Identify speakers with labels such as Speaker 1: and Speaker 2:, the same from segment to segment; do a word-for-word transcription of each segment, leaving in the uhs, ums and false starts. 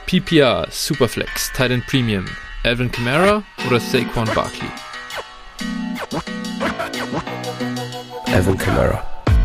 Speaker 1: P P R, Superflex, Tight End Premium, Alvin Kamara oder Saquon Barkley?
Speaker 2: Alvin Kamara.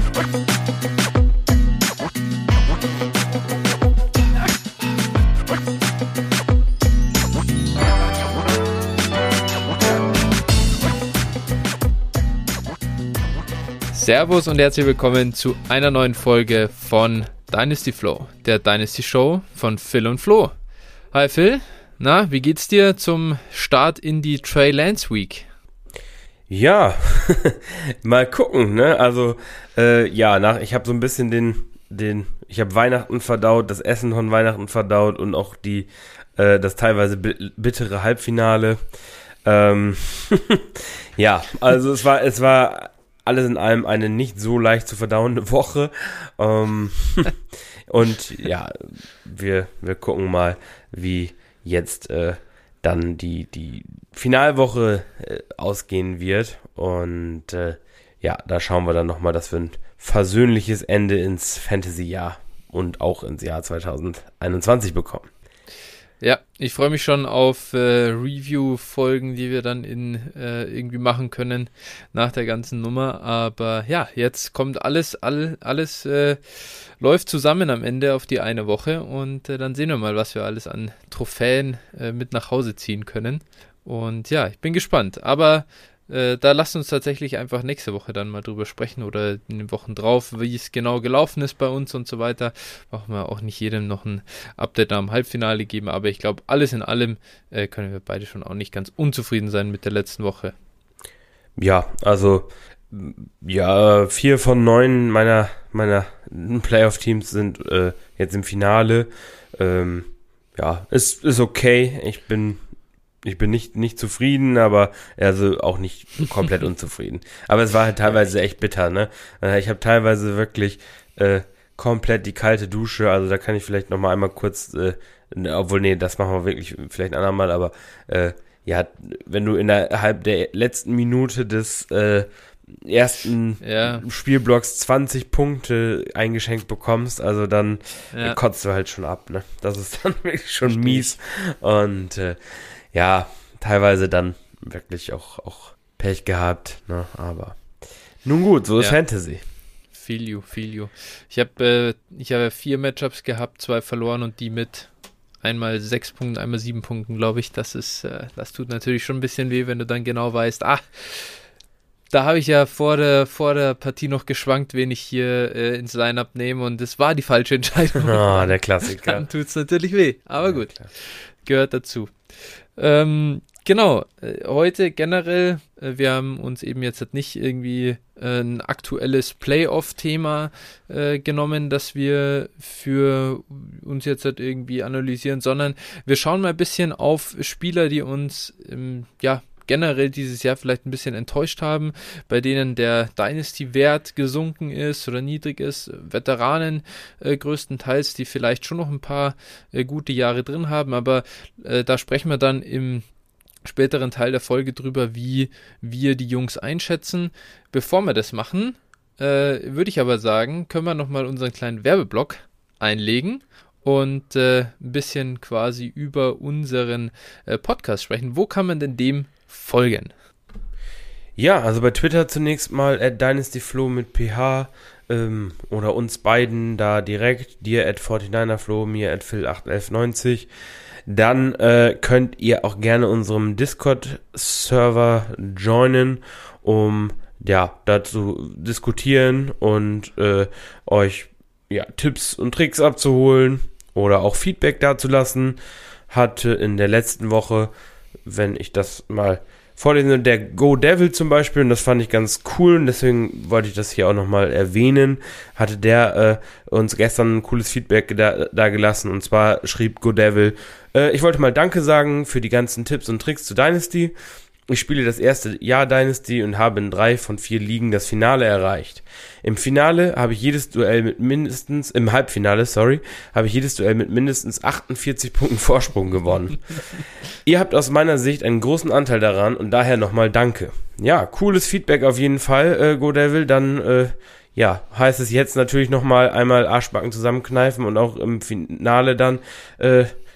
Speaker 1: Servus und herzlich willkommen zu einer neuen Folge von Dynasty Flow, der Dynasty Show von Phil und Flo. Hi Phil, na, wie geht's dir zum Start in die Trey Lance Week?
Speaker 2: Ja, mal gucken, ne? Also, äh, ja, nach, ich habe so ein bisschen den, den, ich habe Weihnachten verdaut, das Essen von Weihnachten verdaut und auch die, äh, das teilweise bittere Halbfinale. Ähm, ja, also es war, es war alles in allem eine nicht so leicht zu verdauende Woche. Ähm, und ja, wir, wir gucken mal, wie jetzt äh, dann die, die Finalwoche äh, ausgehen wird. Und äh, ja, da schauen wir dann nochmal, dass wir ein versöhnliches Ende ins Fantasy-Jahr und auch ins Jahr zwanzig einundzwanzig bekommen.
Speaker 1: Ja, ich freue mich schon auf äh, Review-Folgen, die wir dann in äh, irgendwie machen können nach der ganzen Nummer. Aber ja, jetzt kommt alles, all, alles äh, läuft zusammen am Ende auf die eine Woche und äh, dann sehen wir mal, was wir alles an Trophäen äh, mit nach Hause ziehen können. Und ja, ich bin gespannt. Aber äh, da lasst uns tatsächlich einfach nächste Woche dann mal drüber sprechen oder in den Wochen drauf, wie es genau gelaufen ist bei uns und so weiter. Brauchen wir auch nicht jedem noch ein Update am Halbfinale geben, aber ich glaube, alles in allem äh, können wir beide schon auch nicht ganz unzufrieden sein mit der letzten Woche.
Speaker 2: Ja, also ja, vier von neun meiner, meiner Playoff-Teams sind äh, jetzt im Finale. Ähm, ja, ist, ist okay. Ich bin Ich bin nicht, nicht zufrieden, aber also auch nicht komplett unzufrieden. Aber es war halt teilweise echt bitter, ne? Ich habe teilweise wirklich äh, komplett die kalte Dusche, also da kann ich vielleicht nochmal einmal kurz, äh, obwohl, nee, das machen wir wirklich vielleicht ein andermal, aber äh, ja, wenn du innerhalb der letzten Minute des äh, ersten ja. Spielblocks zwanzig Punkte eingeschenkt bekommst, also dann ja. kotzt du halt schon ab, ne? Das ist dann wirklich schon Richtig. mies und äh, ja, teilweise dann wirklich auch, auch Pech gehabt, ne? Aber nun gut, so ist ja. Fantasy.
Speaker 1: Feel you, feel you. Ich habe äh, ich habe vier Matchups gehabt, zwei verloren und die mit einmal sechs Punkten, einmal sieben Punkten, glaube ich. Das ist, äh, das tut natürlich schon ein bisschen weh, wenn du dann genau weißt, ah, da habe ich ja vor der, vor der Partie noch geschwankt, wen ich hier äh, ins Line-Up nehme und es war die falsche Entscheidung.
Speaker 2: Ah, der Klassiker.
Speaker 1: Dann tut es natürlich weh, aber
Speaker 2: ja,
Speaker 1: gut,
Speaker 2: klar.
Speaker 1: Gehört dazu. Ähm, genau, äh, heute generell, äh, wir haben uns eben jetzt halt nicht irgendwie äh, ein aktuelles Playoff-Thema äh, genommen, das wir für uns jetzt halt irgendwie analysieren, sondern wir schauen mal ein bisschen auf Spieler, die uns, ähm, ja, generell dieses Jahr vielleicht ein bisschen enttäuscht haben, bei denen der Dynasty-Wert gesunken ist oder niedrig ist, Veteranen äh, größtenteils, die vielleicht schon noch ein paar äh, gute Jahre drin haben, aber äh, da sprechen wir dann im späteren Teil der Folge drüber, wie wir die Jungs einschätzen. Bevor wir das machen, äh, würde ich aber sagen, können wir nochmal unseren kleinen Werbeblock einlegen und äh, ein bisschen quasi über unseren äh, Podcast sprechen. Wo kann man denn dem folgen?
Speaker 2: Ja, also bei Twitter zunächst mal at dynastyflow mit ph ähm, oder uns beiden da direkt, dir at forty-niner-flow, mir at phil acht elf neunzig. Dann äh, könnt ihr auch gerne unserem Discord-Server joinen, um ja dazu diskutieren und äh, euch ja Tipps und Tricks abzuholen oder auch Feedback dazulassen. Hatte in der letzten Woche, wenn ich das mal vorlese, der Go Devil zum Beispiel, und das fand ich ganz cool und deswegen wollte ich das hier auch nochmal erwähnen, hatte der äh, uns gestern ein cooles Feedback da, da gelassen, und zwar schrieb Go Devil, äh, ich wollte mal Danke sagen für die ganzen Tipps und Tricks zu Dynasty. Ich spiele das erste Jahr Dynasty und habe in drei von vier Ligen das Finale erreicht. Im Finale habe ich jedes Duell mit mindestens, im Halbfinale, sorry, habe ich jedes Duell mit mindestens achtundvierzig Punkten Vorsprung gewonnen. Ihr habt aus meiner Sicht einen großen Anteil daran und daher nochmal Danke. Ja, cooles Feedback auf jeden Fall, äh, Go Devil. Dann, äh, ja, heißt es jetzt natürlich nochmal einmal Arschbacken zusammenkneifen und auch im Finale dann, äh,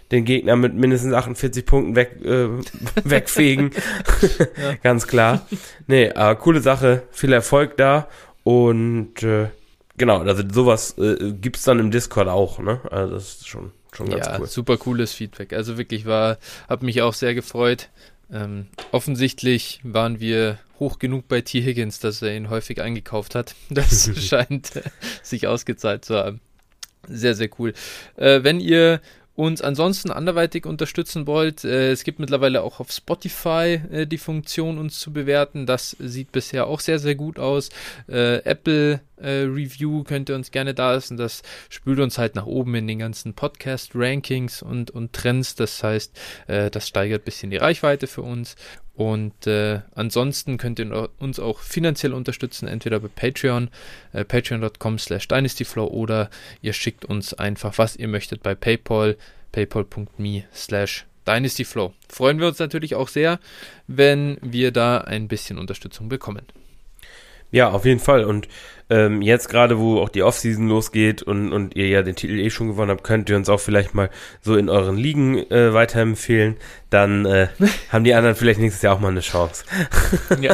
Speaker 2: den Gegner mit mindestens achtundvierzig Punkten weg, äh, wegfegen. Ja. Ganz klar. Nee, aber coole Sache, viel Erfolg da und äh, genau, also sowas äh, gibt's dann im Discord auch, ne? Also das ist schon, schon ganz
Speaker 1: ja,
Speaker 2: cool.
Speaker 1: Super cooles Feedback. Also wirklich war, hab mich auch sehr gefreut. Ähm, offensichtlich waren wir hoch genug bei T. Higgins, dass er ihn häufig eingekauft hat. Das scheint äh, sich ausgezahlt zu haben. Sehr, sehr cool. Äh, wenn ihr uns ansonsten anderweitig unterstützen wollt, äh, es gibt mittlerweile auch auf Spotify äh, die Funktion, uns zu bewerten. Das sieht bisher auch sehr, sehr gut aus. Äh, Apple äh, Review könnt ihr uns gerne da lassen. Das spült uns halt nach oben in den ganzen Podcast-Rankings und, und Trends. Das heißt, äh, das steigert ein bisschen die Reichweite für uns. Und äh, ansonsten könnt ihr uns auch finanziell unterstützen, entweder bei Patreon, äh, patreon.com slash dynastyflow oder ihr schickt uns einfach, was ihr möchtet, bei PayPal, paypal.me slash dynastyflow. Freuen wir uns natürlich auch sehr, wenn wir da ein bisschen Unterstützung bekommen.
Speaker 2: Ja, auf jeden Fall. Und ähm, jetzt gerade, wo auch die Offseason losgeht und, und ihr ja den Titel eh schon gewonnen habt, könnt ihr uns auch vielleicht mal so in euren Ligen äh, weiterempfehlen. Dann äh, haben die anderen vielleicht nächstes Jahr auch mal eine Chance.
Speaker 1: Ja.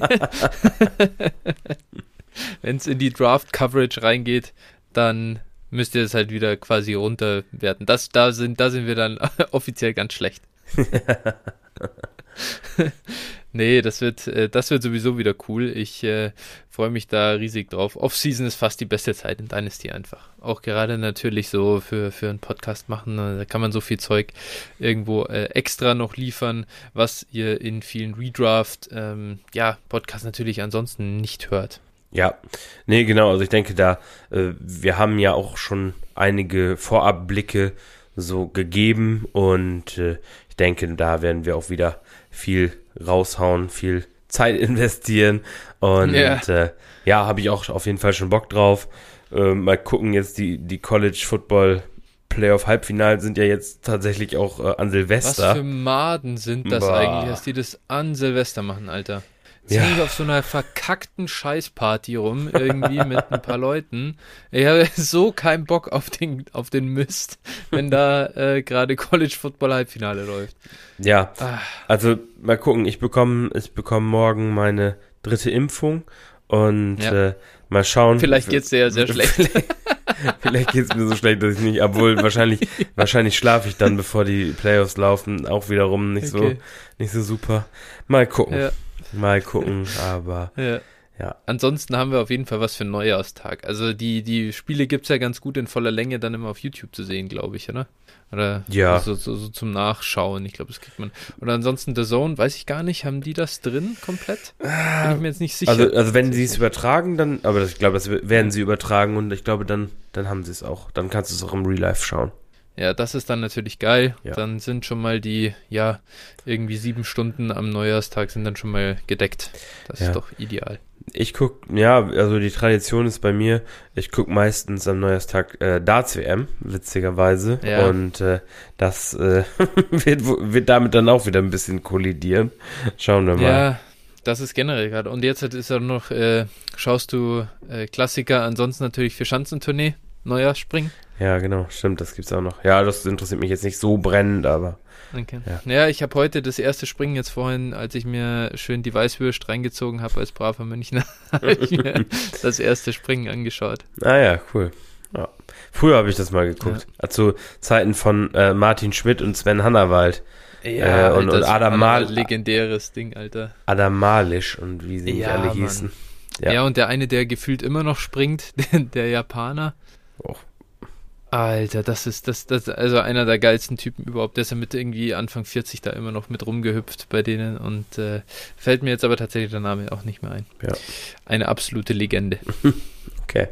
Speaker 1: Wenn es in die Draft-Coverage reingeht, dann müsst ihr es halt wieder quasi runterwerten. Das, da, sind, da sind wir dann offiziell ganz schlecht. Nee, das wird, äh, das wird sowieso wieder cool. Ich äh, freue mich da riesig drauf. Off-Season ist fast die beste Zeit in Dynasty einfach. Auch gerade natürlich so für, für einen Podcast machen. Da kann man so viel Zeug irgendwo äh, extra noch liefern, was ihr in vielen Redraft, ähm, ja, Podcasts natürlich ansonsten nicht hört.
Speaker 2: Ja, nee, genau. Also ich denke da, äh, wir haben ja auch schon einige Vorabblicke so gegeben und äh, ich denke, da werden wir auch wieder viel raushauen, viel Zeit investieren und
Speaker 1: ja,
Speaker 2: äh, ja habe ich auch auf jeden Fall schon Bock drauf. Äh, mal gucken, jetzt die, die College Football Playoff Halbfinale sind ja jetzt tatsächlich auch äh, an Silvester.
Speaker 1: Was für Maden sind das
Speaker 2: Boah.
Speaker 1: eigentlich, dass die das an Silvester machen, Alter? Jetzt
Speaker 2: Ja.
Speaker 1: hänge ich auf so einer verkackten Scheißparty rum, irgendwie mit ein paar Leuten. Ich habe so keinen Bock auf den, auf den Mist, wenn da äh, gerade College Football Halbfinale läuft.
Speaker 2: Ja,
Speaker 1: Ah.
Speaker 2: also mal gucken, ich bekomme ich bekomme morgen meine dritte Impfung und
Speaker 1: Ja.
Speaker 2: äh, mal schauen.
Speaker 1: Vielleicht geht's dir ja sehr schlecht.
Speaker 2: Vielleicht geht's mir so schlecht, dass ich nicht, obwohl wahrscheinlich wahrscheinlich schlafe ich dann, bevor die Playoffs laufen, auch wiederum nicht
Speaker 1: Okay.
Speaker 2: so nicht so super. Mal gucken.
Speaker 1: Ja.
Speaker 2: Mal gucken, aber
Speaker 1: Ja.
Speaker 2: ja.
Speaker 1: Ansonsten haben wir auf jeden Fall was für einen Neujahrstag. Also die, die Spiele gibt's ja ganz gut in voller Länge dann immer auf YouTube zu sehen, glaube ich, oder? Oder
Speaker 2: Ja.
Speaker 1: so, so, so zum Nachschauen. Ich glaube, das kriegt man. Oder ansonsten The Zone, weiß ich gar nicht. Haben die das drin komplett? Bin ich mir jetzt nicht sicher.
Speaker 2: Also, also wenn sie es übertragen, dann, aber das, ich glaube, das werden sie übertragen und ich glaube, dann, dann haben sie es auch. Dann kannst du es auch im Real Life schauen.
Speaker 1: Ja, das ist dann natürlich geil.
Speaker 2: Ja.
Speaker 1: Dann sind schon mal die, ja, irgendwie sieben Stunden am Neujahrstag sind dann schon mal gedeckt. Das
Speaker 2: Ja.
Speaker 1: ist doch ideal.
Speaker 2: Ich guck, ja, also die Tradition ist bei mir, ich guck meistens am Neujahrstag äh, Darts-W M, witzigerweise.
Speaker 1: Ja.
Speaker 2: Und äh, das äh, wird, wird damit dann auch wieder ein bisschen kollidieren. Schauen wir mal.
Speaker 1: Ja, das ist generell gerade. Und jetzt ist ja noch, äh, schaust du äh, Klassiker, ansonsten natürlich für Schanzentournee, Neujahrsspringen.
Speaker 2: Ja, genau, stimmt, das gibt's auch noch. Ja, das interessiert mich jetzt nicht so brennend, aber
Speaker 1: Okay.
Speaker 2: Ja.
Speaker 1: Ja, ich habe heute das erste Springen jetzt vorhin, als ich mir schön die Weißwürst reingezogen habe als braver Münchner, habe ich mir das erste Springen angeschaut.
Speaker 2: ah ja, cool. Ja. Früher habe ich das mal geguckt. Ja. Zu Zeiten von äh, Martin Schmidt und Sven Hannawald.
Speaker 1: Ja,
Speaker 2: äh, und, und Adam Mal
Speaker 1: legendäres Ding, Alter.
Speaker 2: Adam Malisch und wie sie nicht
Speaker 1: Ja,
Speaker 2: alle
Speaker 1: Mann.
Speaker 2: hießen.
Speaker 1: Ja.
Speaker 2: Ja.
Speaker 1: und der eine, der gefühlt immer noch springt, der, der Japaner.
Speaker 2: Oh.
Speaker 1: Alter, das ist das, das also einer der geilsten Typen überhaupt. Der ist ja mit irgendwie Anfang vierzig da immer noch mit rumgehüpft bei denen und äh, fällt mir jetzt aber tatsächlich der Name auch nicht mehr ein.
Speaker 2: Ja.
Speaker 1: Eine absolute Legende.
Speaker 2: Okay.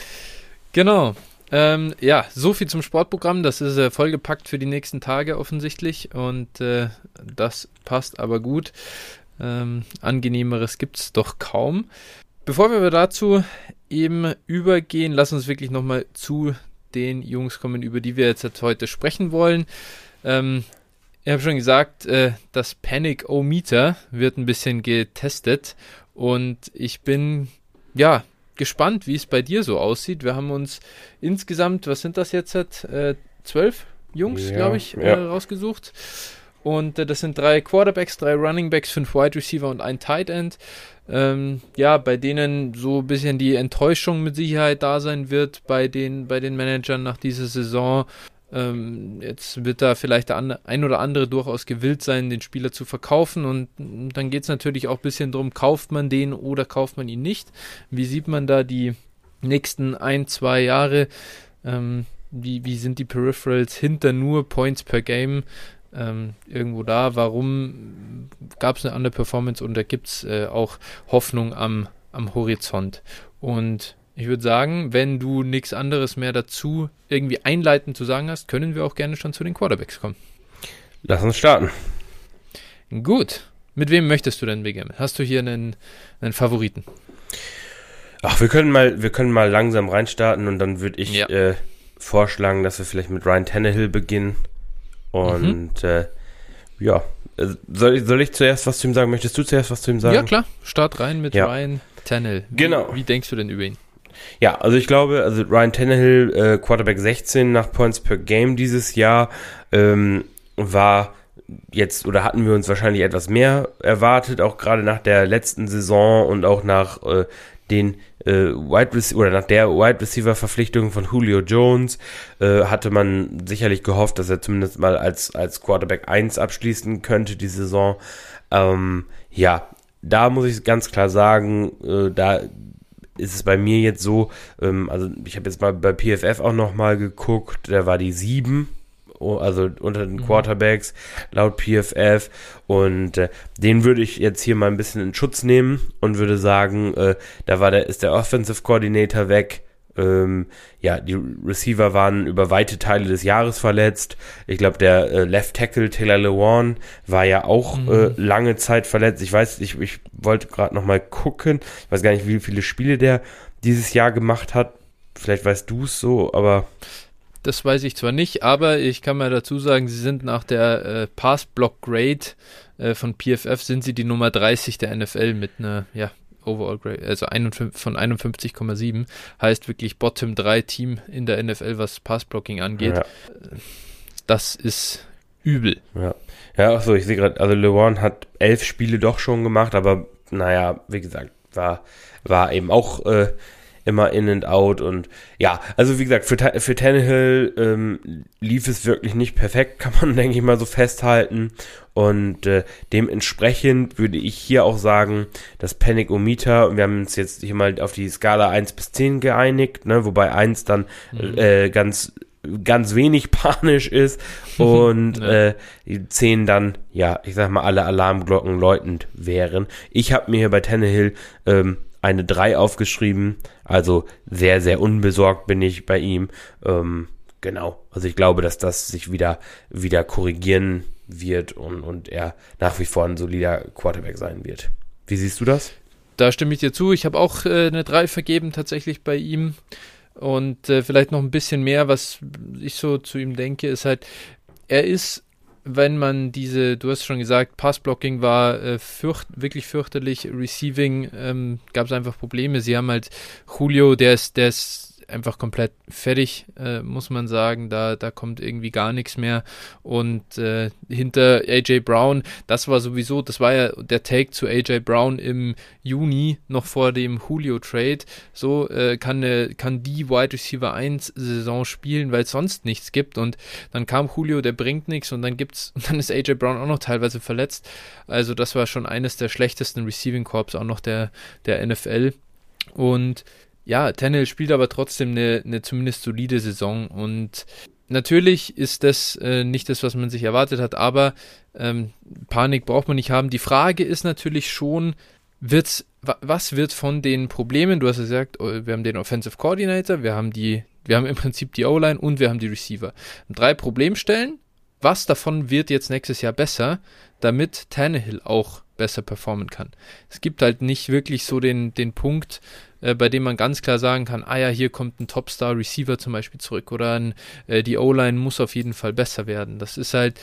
Speaker 1: Genau. Ähm, ja, so viel zum Sportprogramm. Das ist äh, vollgepackt für die nächsten Tage offensichtlich und äh, das passt aber gut. Ähm, angenehmeres gibt's doch kaum. Bevor wir dazu eben übergehen, lass uns wirklich nochmal zu den Jungs kommen, über die wir jetzt heute sprechen wollen. Ähm, ich habe schon gesagt, äh, das Panic-O-Meter wird ein bisschen getestet und ich bin, ja, gespannt, wie es bei dir so aussieht. Wir haben uns insgesamt, was sind das jetzt, äh, zwölf Jungs,
Speaker 2: ja,
Speaker 1: glaube ich,
Speaker 2: ja.
Speaker 1: äh, rausgesucht. Und äh, das sind drei Quarterbacks, drei Runningbacks, fünf Wide Receiver und ein Tight End. Ähm, ja, bei denen so ein bisschen die Enttäuschung mit Sicherheit da sein wird bei den, bei den Managern nach dieser Saison. Ähm, jetzt wird da vielleicht der ein oder andere durchaus gewillt sein, den Spieler zu verkaufen, und dann geht es natürlich auch ein bisschen darum, kauft man den oder kauft man ihn nicht? Wie sieht man da die nächsten ein, zwei Jahre? Ähm, wie, wie sind die Peripherals hinter nur Points per Game ähm, irgendwo da? Warum gab es eine andere Performance, und da gibt es äh, auch Hoffnung am, am Horizont? Und ich würde sagen, wenn du nichts anderes mehr dazu irgendwie einleitend zu sagen hast, können wir auch gerne schon zu den Quarterbacks kommen.
Speaker 2: Lass uns starten.
Speaker 1: Gut. Mit wem möchtest du denn beginnen? Hast du hier einen, einen Favoriten?
Speaker 2: Ach, wir können mal, wir können mal langsam reinstarten, und dann würde ich
Speaker 1: Ja.
Speaker 2: äh, vorschlagen, dass wir vielleicht mit Ryan Tannehill beginnen. Und mhm. äh, ja, soll ich, soll ich zuerst was zu ihm sagen? Möchtest du zuerst was zu ihm sagen?
Speaker 1: Ja, klar. Start rein mit
Speaker 2: ja.
Speaker 1: Ryan Tannehill. Wie,
Speaker 2: genau.
Speaker 1: Wie denkst du denn über ihn?
Speaker 2: Ja, also ich glaube, also Ryan Tannehill, äh, Quarterback sechzehn nach Points per Game dieses Jahr, ähm, war jetzt, oder hatten wir uns wahrscheinlich etwas mehr erwartet, auch gerade nach der letzten Saison und auch nach äh, den äh, Wide Receiver oder nach der Wide Receiver Verpflichtung von Julio Jones äh, hatte man sicherlich gehofft, dass er zumindest mal als als Quarterback eins abschließen könnte die Saison. Ähm, ja, da muss ich ganz klar sagen, äh, da ist es bei mir jetzt so, ähm, also ich habe jetzt mal bei P F F auch nochmal geguckt, da war die sieben, also unter den Quarterbacks laut P F F, und äh, den würde ich jetzt hier mal ein bisschen in Schutz nehmen und würde sagen, äh, da war der, ist der Offensive Coordinator weg. Ähm, ja, die Receiver waren über weite Teile des Jahres verletzt. Ich glaube, der äh, Left Tackle Taylor Lewan war ja auch mhm. äh, lange Zeit verletzt. Ich weiß, ich, ich wollte gerade noch mal gucken. Ich weiß gar nicht, wie viele Spiele der dieses Jahr gemacht hat. Vielleicht weißt du es so, aber...
Speaker 1: Das weiß ich zwar nicht, aber ich kann mal dazu sagen, sie sind nach der äh, Pass-Block-Grade äh, von P F F sind sie die Nummer dreißig der N F L mit einer, ja, Overall Grade, also einundfünfzig, von einundfünfzig Komma sieben, heißt wirklich Bottom drei Team in der N F L, was Passblocking angeht.
Speaker 2: Ja.
Speaker 1: Das ist übel.
Speaker 2: Ja, ja, achso, ich sehe gerade, also LeWan hat elf Spiele doch schon gemacht, aber naja, wie gesagt, war, war eben auch äh, immer in and out, und ja, also wie gesagt, für, für Tannehill ähm, lief es wirklich nicht perfekt, kann man, denke ich mal, so festhalten, und äh, dementsprechend würde ich hier auch sagen, dass Panic-O-Meter, wir haben uns jetzt hier mal auf die Skala eins bis zehn geeinigt, ne, wobei eins dann mhm. äh, ganz ganz wenig panisch ist und ja. äh, die zehn dann, ja, ich sag mal, alle Alarmglocken läutend wären. Ich habe mir hier bei Tannehill ähm, eine drei aufgeschrieben, also sehr, sehr unbesorgt bin ich bei ihm. Ähm, genau, also ich glaube, dass das sich wieder, wieder korrigieren wird, und, und er nach wie vor ein solider Quarterback sein wird. Wie siehst du das?
Speaker 1: Da stimme ich dir zu. Ich habe auch äh, eine drei vergeben tatsächlich bei ihm, und äh, vielleicht noch ein bisschen mehr, was ich so zu ihm denke, ist halt, er ist, wenn man diese, du hast schon gesagt, Passblocking war äh, fürcht, wirklich fürchterlich, Receiving ähm, gab es einfach Probleme. Sie haben halt Julio, der ist, der ist einfach komplett fertig, äh, muss man sagen. Da, da kommt irgendwie gar nichts mehr. Und äh, hinter A J Brown, das war sowieso, das war ja der Take zu A J Brown im Juni, noch vor dem Julio-Trade. So äh, kann, äh, kann die Wide Receiver eins Saison spielen, weil es sonst nichts gibt. Und dann kam Julio, der bringt nichts, und dann gibt's, und dann ist A J Brown auch noch teilweise verletzt. Also das war schon eines der schlechtesten Receiving Corps auch noch der, der N F L. Und ja, Tannehill spielt aber trotzdem eine, eine zumindest solide Saison, und natürlich ist das äh, nicht das, was man sich erwartet hat, aber ähm, Panik braucht man nicht haben. Die Frage ist natürlich schon, wird's, was wird von den Problemen, du hast gesagt, wir haben den Offensive Coordinator, wir haben die, wir haben im Prinzip die O-Line und wir haben die Receiver. Drei Problemstellen, was davon wird jetzt nächstes Jahr besser, damit Tannehill auch besser performen kann. Es gibt halt nicht wirklich so den, den Punkt, äh, bei dem man ganz klar sagen kann, ah ja, hier kommt ein Topstar-Receiver zum Beispiel zurück, oder ein, äh, die O-Line muss auf jeden Fall besser werden. Das ist halt,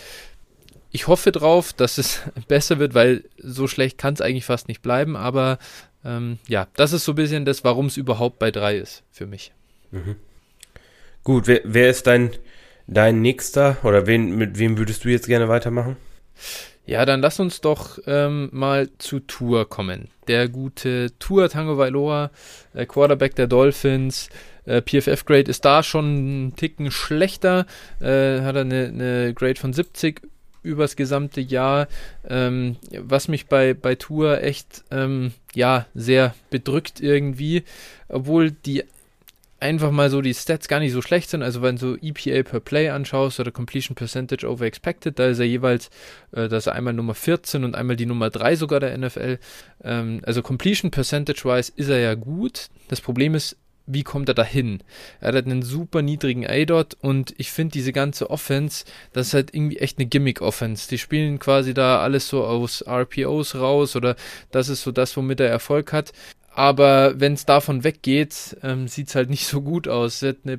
Speaker 1: ich hoffe drauf, dass es besser wird, weil so schlecht kann es eigentlich fast nicht bleiben, aber ähm, ja, das ist so ein bisschen das, warum es überhaupt bei drei ist für mich.
Speaker 2: Mhm. Gut, wer, wer ist dein dein nächster oder wen, mit wem würdest du jetzt gerne weitermachen?
Speaker 1: Ja, dann lass uns doch ähm, mal zu Tua kommen. Der gute Tua Tagovailoa, äh, Quarterback der Dolphins. Äh, P F F-Grade ist da schon einen Ticken schlechter. Äh, hat er eine, eine Grade von siebzig übers gesamte Jahr. Ähm, was mich bei, bei Tua echt ähm, ja, sehr bedrückt irgendwie. Obwohl die einfach mal so die Stats gar nicht so schlecht sind, also wenn du E P A per Play anschaust oder Completion Percentage over Expected, da ist er jeweils, äh, da ist er einmal Nummer vierzehn und einmal die Nummer drei sogar der N F L, ähm, also Completion Percentage-wise ist er ja gut, das Problem ist, wie kommt er da hin? Er hat einen super niedrigen A D O T und ich finde diese ganze Offense, das ist halt irgendwie echt eine Gimmick-Offense. Die spielen quasi da alles so aus R P Os raus oder das ist so das, womit er Erfolg hat. Aber wenn es davon weggeht, ähm, sieht es halt nicht so gut aus. Er hat eine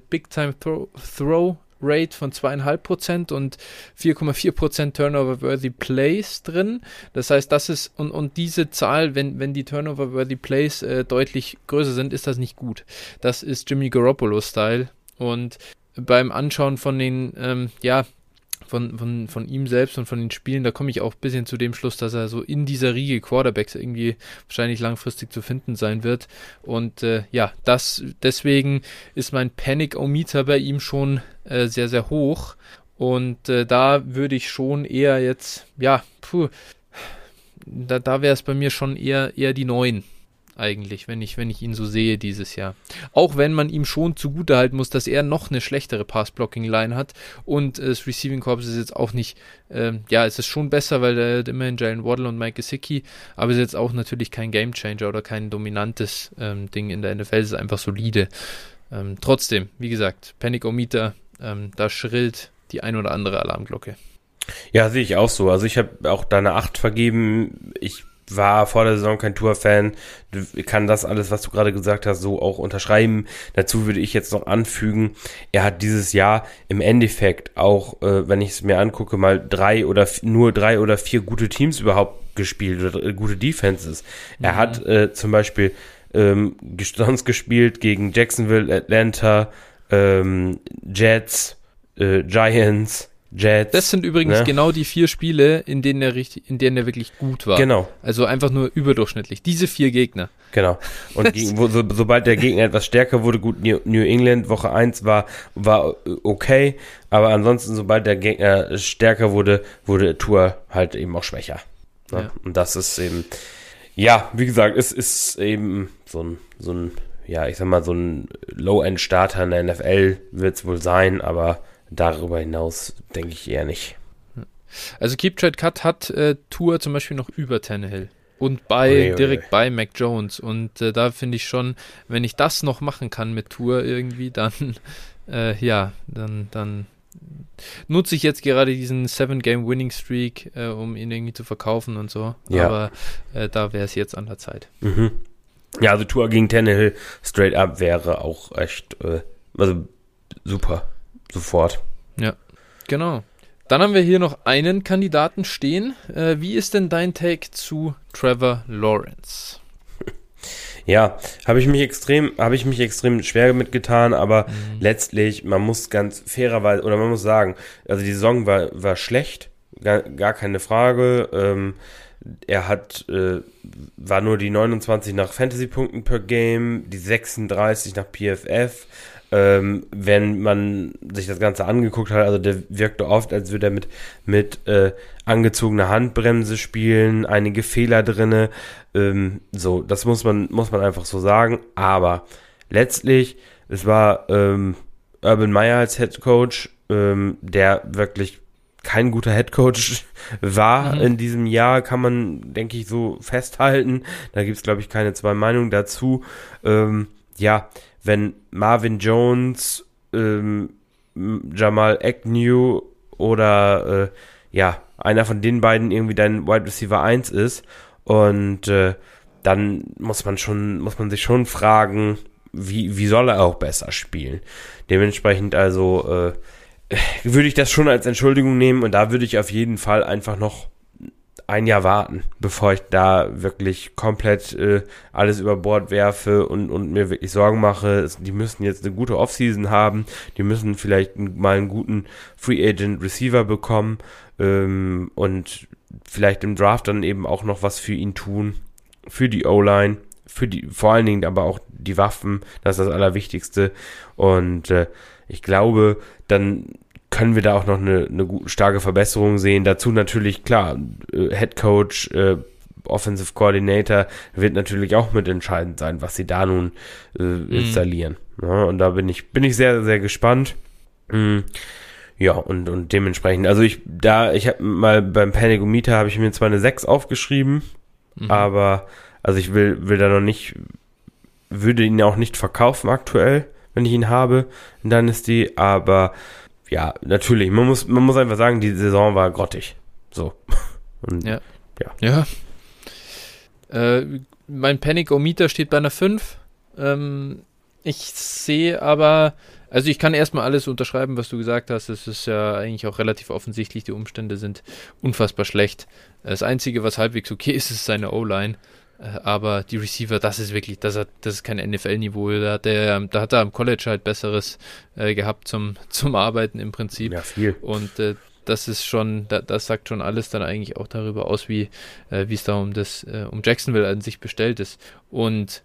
Speaker 1: Big-Time-Throw-Rate von zwei Komma fünf Prozent und vier Komma vier Prozent Turnover-Worthy Plays drin. Das heißt, das ist, und, und diese Zahl, wenn, wenn die Turnover-Worthy Plays äh, deutlich größer sind, ist das nicht gut. Das ist Jimmy Garoppolo-Style. Und beim Anschauen von den, ähm, ja, Von, von, von ihm selbst und von den Spielen, da komme ich auch ein bisschen zu dem Schluss, dass er so in dieser Riege Quarterbacks irgendwie wahrscheinlich langfristig zu finden sein wird. Und äh, ja, das deswegen ist mein Panic-O-Meter bei ihm schon äh, sehr, sehr hoch. Und äh, da würde ich schon eher jetzt, ja, puh, da, da wäre es bei mir schon eher, eher die neun. Eigentlich, wenn ich, wenn ich ihn so sehe dieses Jahr. Auch wenn man ihm schon zugutehalten muss, dass er noch eine schlechtere Pass-Blocking-Line hat und äh, das Receiving Corps ist jetzt auch nicht, ähm, ja, es ist schon besser, weil er hat immerhin Jalen Waddle und Mike Gesicki, aber es ist jetzt auch natürlich kein Gamechanger oder kein dominantes ähm, Ding in der N F L, es ist einfach solide. Ähm, trotzdem, wie gesagt, Panic-O-Meter, ähm, da schrillt die ein oder andere Alarmglocke.
Speaker 2: Ja, sehe ich auch so. Also ich habe auch da eine acht vergeben. Ich war vor der Saison kein Tour-Fan, kann das alles, was du gerade gesagt hast, so auch unterschreiben. Dazu würde ich jetzt noch anfügen, er hat dieses Jahr im Endeffekt auch, äh, wenn ich es mir angucke, mal drei oder f- nur drei oder vier gute Teams überhaupt gespielt oder äh, gute Defenses. Mhm. Er hat äh, zum Beispiel ähm, sonst gespielt gegen Jacksonville, Atlanta, ähm, Jets, äh, Giants, Jets.
Speaker 1: Das sind übrigens
Speaker 2: ne?
Speaker 1: genau die vier Spiele, in denen er richtig, in denen er wirklich gut war.
Speaker 2: Genau.
Speaker 1: Also einfach nur überdurchschnittlich. Diese vier Gegner.
Speaker 2: Genau. Und gegen, wo, so, sobald der Gegner etwas stärker wurde, gut, New, New England Woche eins war, war okay, aber ansonsten, sobald der Gegner stärker wurde, wurde Tour halt eben auch schwächer. Ne? Ja. Und das ist eben, ja, wie gesagt, es ist eben so ein, so ein, ja, ich sag mal, so ein Low-End-Starter in der N F L wird es wohl sein, aber darüber hinaus denke ich eher nicht.
Speaker 1: Also Keep Trade Cut hat äh, Tour zum Beispiel noch über Tannehill und bei
Speaker 2: Ui, ui,
Speaker 1: direkt
Speaker 2: ui.
Speaker 1: bei Mac Jones und äh, da finde ich schon, wenn ich das noch machen kann mit Tour irgendwie, dann äh, ja, dann dann nutze ich jetzt gerade diesen Seven-Game-Winning-Streak, äh, um ihn irgendwie zu verkaufen und so,
Speaker 2: ja.
Speaker 1: aber äh, da wäre es jetzt an der Zeit.
Speaker 2: Mhm. Ja, also Tour gegen Tannehill straight up wäre auch echt äh, also super. Sofort.
Speaker 1: Ja, genau. Dann haben wir hier noch einen Kandidaten stehen. Äh, wie ist denn dein Take zu Trevor Lawrence?
Speaker 2: Ja, habe ich mich extrem, habe ich mich extrem schwer mitgetan, aber mhm. letztlich, man muss ganz fairerweise, oder man muss sagen, also die Saison war, war schlecht, gar, gar keine Frage. Ähm, er hat, äh, war nur die neunundzwanzig nach Fantasy-Punkten per Game, die sechsunddreißig nach P F F. Ähm, wenn man sich das Ganze angeguckt hat, also der wirkte oft, als würde er mit, mit äh, angezogener Handbremse spielen, einige Fehler drinne, ähm, so, das muss man, muss man einfach so sagen, aber letztlich, es war ähm, Urban Meyer als Head Coach, ähm, der wirklich kein guter Head Coach war mhm. in diesem Jahr, kann man, denke ich, so festhalten, da gibt es, glaube ich, keine zwei Meinungen dazu, ähm, ja, wenn Marvin Jones, ähm, Jamal Agnew oder äh, ja, einer von den beiden irgendwie dein Wide Receiver eins ist und äh, dann muss man schon, muss man sich schon fragen, wie, wie soll er auch besser spielen? Dementsprechend also äh, würde ich das schon als Entschuldigung nehmen und da würde ich auf jeden Fall einfach noch ein Jahr warten, bevor ich da wirklich komplett äh, alles über Bord werfe und, und mir wirklich Sorgen mache. Es, die müssen jetzt eine gute Offseason haben, die müssen vielleicht mal einen guten Free Agent Receiver bekommen ähm, und vielleicht im Draft dann eben auch noch was für ihn tun, für die O-Line, für die, vor allen Dingen aber auch die Waffen, das ist das Allerwichtigste. Und äh, ich glaube, dann können wir da auch noch eine, eine gute, starke Verbesserung sehen. Dazu natürlich, klar, äh, Head Coach, äh, Offensive Coordinator wird natürlich auch mitentscheidend sein, was sie da nun äh, mhm. installieren. Ja, und da bin ich, bin ich sehr, sehr gespannt. Mhm. Ja, und, und dementsprechend, also ich, da, ich habe mal beim Panic-O-Meter habe ich mir zwar eine sechs aufgeschrieben, mhm. aber, also ich will, will da noch nicht, würde ihn auch nicht verkaufen aktuell, wenn ich ihn habe in Dynasty, aber ja, natürlich, man muss, man muss einfach sagen, die Saison war grottig. So. Und,
Speaker 1: ja. Ja. ja. Äh, mein Panic-O-Meter steht bei einer fünf. Ähm, ich sehe aber, also ich kann erstmal alles unterschreiben, was du gesagt hast. Es ist ja eigentlich auch relativ offensichtlich, die Umstände sind unfassbar schlecht. Das Einzige, was halbwegs okay ist, ist seine O-Line. Aber die Receiver, das ist wirklich, das, hat, das ist kein N F L-Niveau. Da hat er, da hat er am College halt Besseres äh, gehabt zum, zum Arbeiten im Prinzip.
Speaker 2: Ja, viel.
Speaker 1: Und äh, das ist schon, da, das sagt schon alles dann eigentlich auch darüber aus, wie äh, wie es da um das, äh, um Jacksonville an sich bestellt ist. Und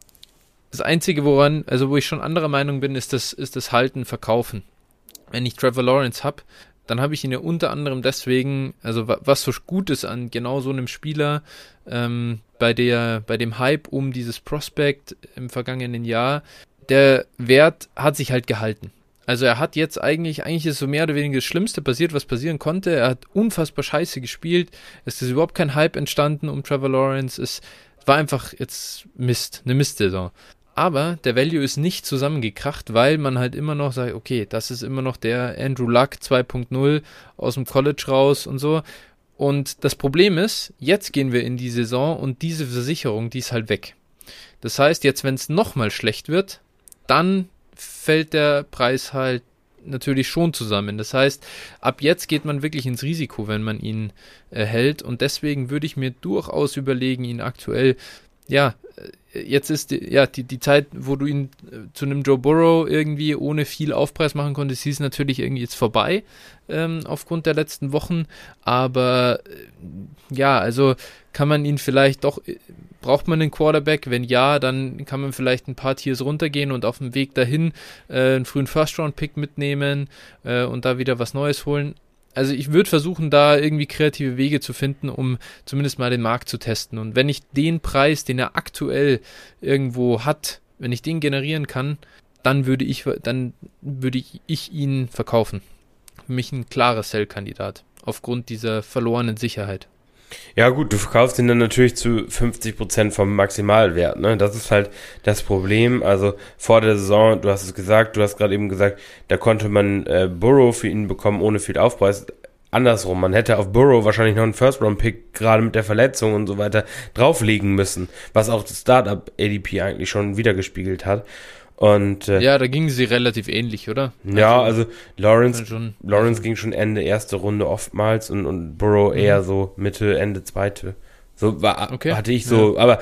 Speaker 1: das Einzige, woran, also wo ich schon anderer Meinung bin, ist das, ist das Halten, Verkaufen. Wenn ich Trevor Lawrence habe, dann habe ich ihn ja unter anderem deswegen, also was so gut ist an genau so einem Spieler, ähm, bei der, bei dem Hype um dieses Prospect im vergangenen Jahr, der Wert hat sich halt gehalten. Also er hat jetzt eigentlich, eigentlich ist so mehr oder weniger das Schlimmste passiert, was passieren konnte. Er hat unfassbar scheiße gespielt. Es ist überhaupt kein Hype entstanden um Trevor Lawrence. Es war einfach jetzt Mist, eine Mistsaison. Aber der Value ist nicht zusammengekracht, weil man halt immer noch sagt, okay, das ist immer noch der Andrew Luck zwei Punkt null aus dem College raus und so. Und das Problem ist, jetzt gehen wir in die Saison und diese Versicherung, die ist halt weg. Das heißt, jetzt, wenn es nochmal schlecht wird, dann fällt der Preis halt natürlich schon zusammen. Das heißt, ab jetzt geht man wirklich ins Risiko, wenn man ihn äh, hält. Und deswegen würde ich mir durchaus überlegen, ihn aktuell, ja, jetzt ist die, ja, die, die Zeit, wo du ihn äh, zu einem Joe Burrow irgendwie ohne viel Aufpreis machen konntest, die ist natürlich irgendwie jetzt vorbei, ähm, aufgrund der letzten Wochen, aber äh, ja, also kann man ihn vielleicht doch, äh, braucht man einen Quarterback? Wenn ja, dann kann man vielleicht ein paar Tiers runtergehen und auf dem Weg dahin äh, einen frühen First-Round-Pick mitnehmen äh, und da wieder was Neues holen. Also ich würde versuchen, da irgendwie kreative Wege zu finden, um zumindest mal den Markt zu testen. Und wenn ich den Preis, den er aktuell irgendwo hat, wenn ich den generieren kann, dann würde ich, dann würde ich, ich ihn verkaufen. Für mich ein klarer Sell-Kandidat, aufgrund dieser verlorenen Sicherheit.
Speaker 2: Ja gut, du verkaufst ihn dann natürlich zu fünfzig Prozent vom Maximalwert, ne? Das ist halt das Problem. Also vor der Saison, du hast es gesagt, du hast gerade eben gesagt, da konnte man äh, Burrow für ihn bekommen ohne viel Aufpreis. Andersrum, man hätte auf Burrow wahrscheinlich noch einen First-Round-Pick gerade mit der Verletzung und so weiter drauflegen müssen, was auch das Startup-A D P eigentlich schon wiedergespiegelt hat. Und, äh,
Speaker 1: ja, da gingen sie relativ ähnlich, oder?
Speaker 2: Ja, also, also Lawrence,
Speaker 1: schon,
Speaker 2: Lawrence
Speaker 1: also,
Speaker 2: ging schon Ende erste Runde oftmals und, und Burrow mhm. eher so Mitte, Ende zweite. So war, okay. hatte ich so, ja. aber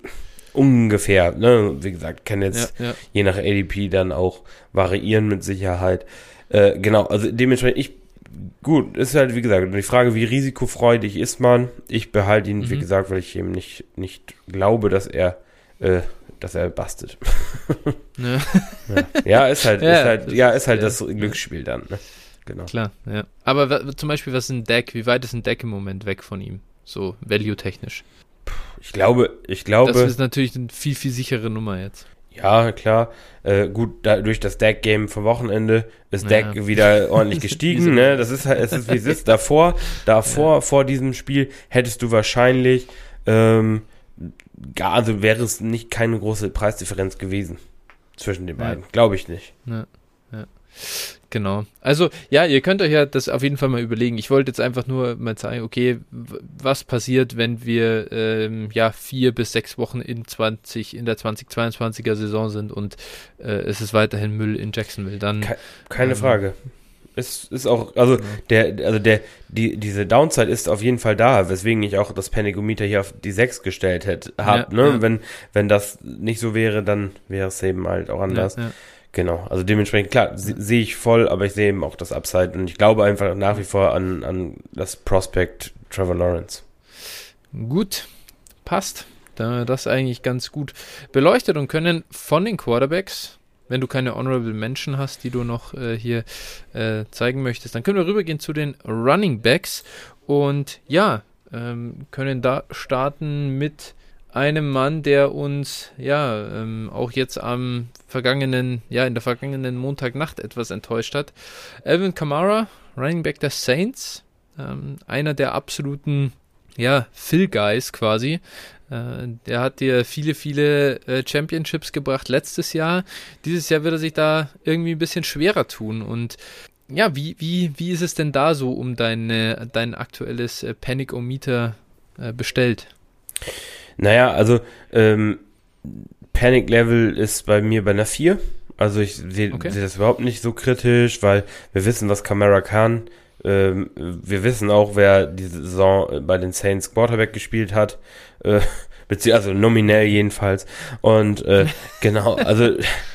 Speaker 2: ungefähr, ne? Wie gesagt, kann jetzt ja, ja. je nach A D P dann auch variieren mit Sicherheit. Äh, genau, also dementsprechend, ich, gut, ist halt wie gesagt, die Frage, wie risikofreudig ist man? Ich behalte ihn, mhm. wie gesagt, weil ich eben nicht, nicht glaube, dass er äh, dass er bastet. Ja. ja. ja, ist halt, ja, ist halt, ja, ist halt ja. das Glücksspiel dann, ne? Genau.
Speaker 1: Klar, ja. Aber w- zum Beispiel, was ist ein Deck? Wie weit ist ein Deck im Moment weg von ihm? So, value-technisch.
Speaker 2: Ich glaube, ich glaube.
Speaker 1: Das ist natürlich eine viel, viel sichere Nummer jetzt.
Speaker 2: Ja, klar. Äh, gut, da, durch das Deck-Game vom Wochenende ist Deck ja. wieder ordentlich gestiegen, ne? Das ist halt, es ist wie es ist. Davor, davor, ja. vor diesem Spiel hättest du wahrscheinlich, ähm, gar, also wäre es nicht keine große Preisdifferenz gewesen zwischen den beiden. Ja. Glaube ich nicht.
Speaker 1: Ja, ja. Genau. Also, ja, ihr könnt euch ja das auf jeden Fall mal überlegen. Ich wollte jetzt einfach nur mal zeigen, okay, w- was passiert, wenn wir ähm, ja vier bis sechs Wochen in zwanzig in der zweitausendzweiundzwanziger Saison sind und äh, es ist weiterhin Müll in Jacksonville. Dann
Speaker 2: Ke- keine ähm, Frage. ist, ist auch, also ja. der, also der, die, diese Downside ist auf jeden Fall da, weswegen ich auch das Panic-O-Meter hier auf die sechs gestellt hätte, hab, ja, ne? Ja. Wenn, wenn das nicht so wäre, dann wäre es eben halt auch anders. Ja, ja. Genau, also dementsprechend, klar, ja. sehe ich voll, aber ich sehe eben auch das Upside und ich glaube einfach nach wie vor an, an das Prospect Trevor Lawrence.
Speaker 1: Gut, passt. Da haben wir das eigentlich ganz gut beleuchtet und können von den Quarterbacks, wenn du keine Honorable Mention hast, die du noch äh, hier äh, zeigen möchtest, dann können wir rübergehen zu den Running Backs und ja, ähm, können da starten mit einem Mann, der uns ja ähm, auch jetzt am vergangenen, ja in der vergangenen Montagnacht etwas enttäuscht hat. Alvin Kamara, Running Back der Saints, ähm, einer der absoluten ja Phil Guys quasi. Der hat dir viele, viele äh, Championships gebracht letztes Jahr. Dieses Jahr wird er sich da irgendwie ein bisschen schwerer tun. Und ja, wie, wie, wie ist es denn da so um deine, dein aktuelles äh, Panic-O-Meter äh, bestellt?
Speaker 2: Naja, also ähm, Panic-Level ist bei mir bei einer vier. Also ich sehe okay. seh das überhaupt nicht so kritisch, weil wir wissen, was Kamara kann. Ähm, wir wissen auch, wer diese Saison bei den Saints Quarterback gespielt hat, äh, beziehungsweise also nominell jedenfalls. Und äh, genau, also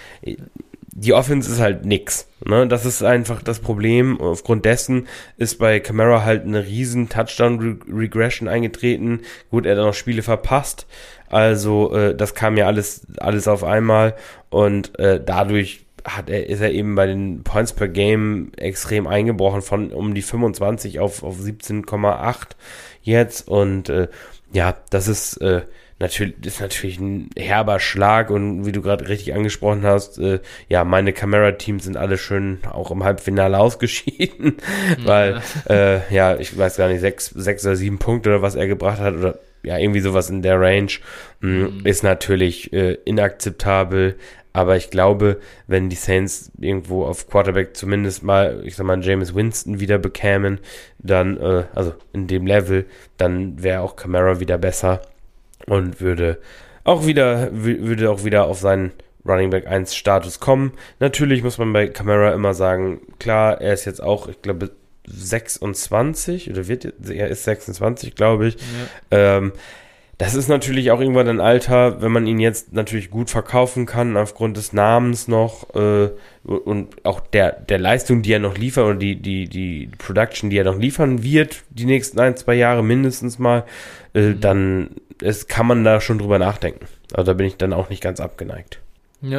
Speaker 2: die Offense ist halt nix. Ne? Das ist einfach das Problem. Aufgrund dessen ist bei Kamara halt eine riesen Touchdown-Regression eingetreten. Gut, er hat noch Spiele verpasst. Also äh, das kam ja alles alles auf einmal und äh, dadurch hat er, ist er eben bei den Points per Game extrem eingebrochen, von um die fünfundzwanzig auf, auf siebzehn Komma acht jetzt und äh, ja, das ist, äh, natürlich, ist natürlich ein herber Schlag und wie du gerade richtig angesprochen hast, äh, ja, meine Kamara-Teams sind alle schön auch im Halbfinale ausgeschieden, ja. weil, äh, ja, ich weiß gar nicht, sechs, sechs oder sieben Punkte oder was er gebracht hat oder ja, irgendwie sowas in der Range, mh, mhm. ist natürlich äh, inakzeptabel. Aber ich glaube, wenn die Saints irgendwo auf Quarterback zumindest mal, ich sag mal, Jameis Winston wieder bekämen, dann, äh, also in dem Level, dann wäre auch Kamara wieder besser und würde auch wieder, w- würde auch wieder auf seinen Running Back eins Status kommen. Natürlich muss man bei Kamara immer sagen, klar, er ist jetzt auch, ich glaube, sechsundzwanzig oder wird, er ist sechsundzwanzig, glaube ich. Ja. Ähm, Das ist natürlich auch irgendwann ein Alter, wenn man ihn jetzt natürlich gut verkaufen kann, aufgrund des Namens noch äh, und auch der der Leistung, die er noch liefert oder die die die Production, die er noch liefern wird, die nächsten ein, zwei Jahre mindestens mal, äh, mhm. dann ist, kann man da schon drüber nachdenken. Also da bin ich dann auch nicht ganz abgeneigt.
Speaker 1: Ja.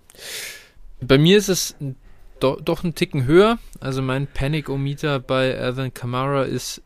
Speaker 1: Bei mir ist es do, doch einen Ticken höher. Also mein Panic-O-Meter bei Alvin Kamara ist,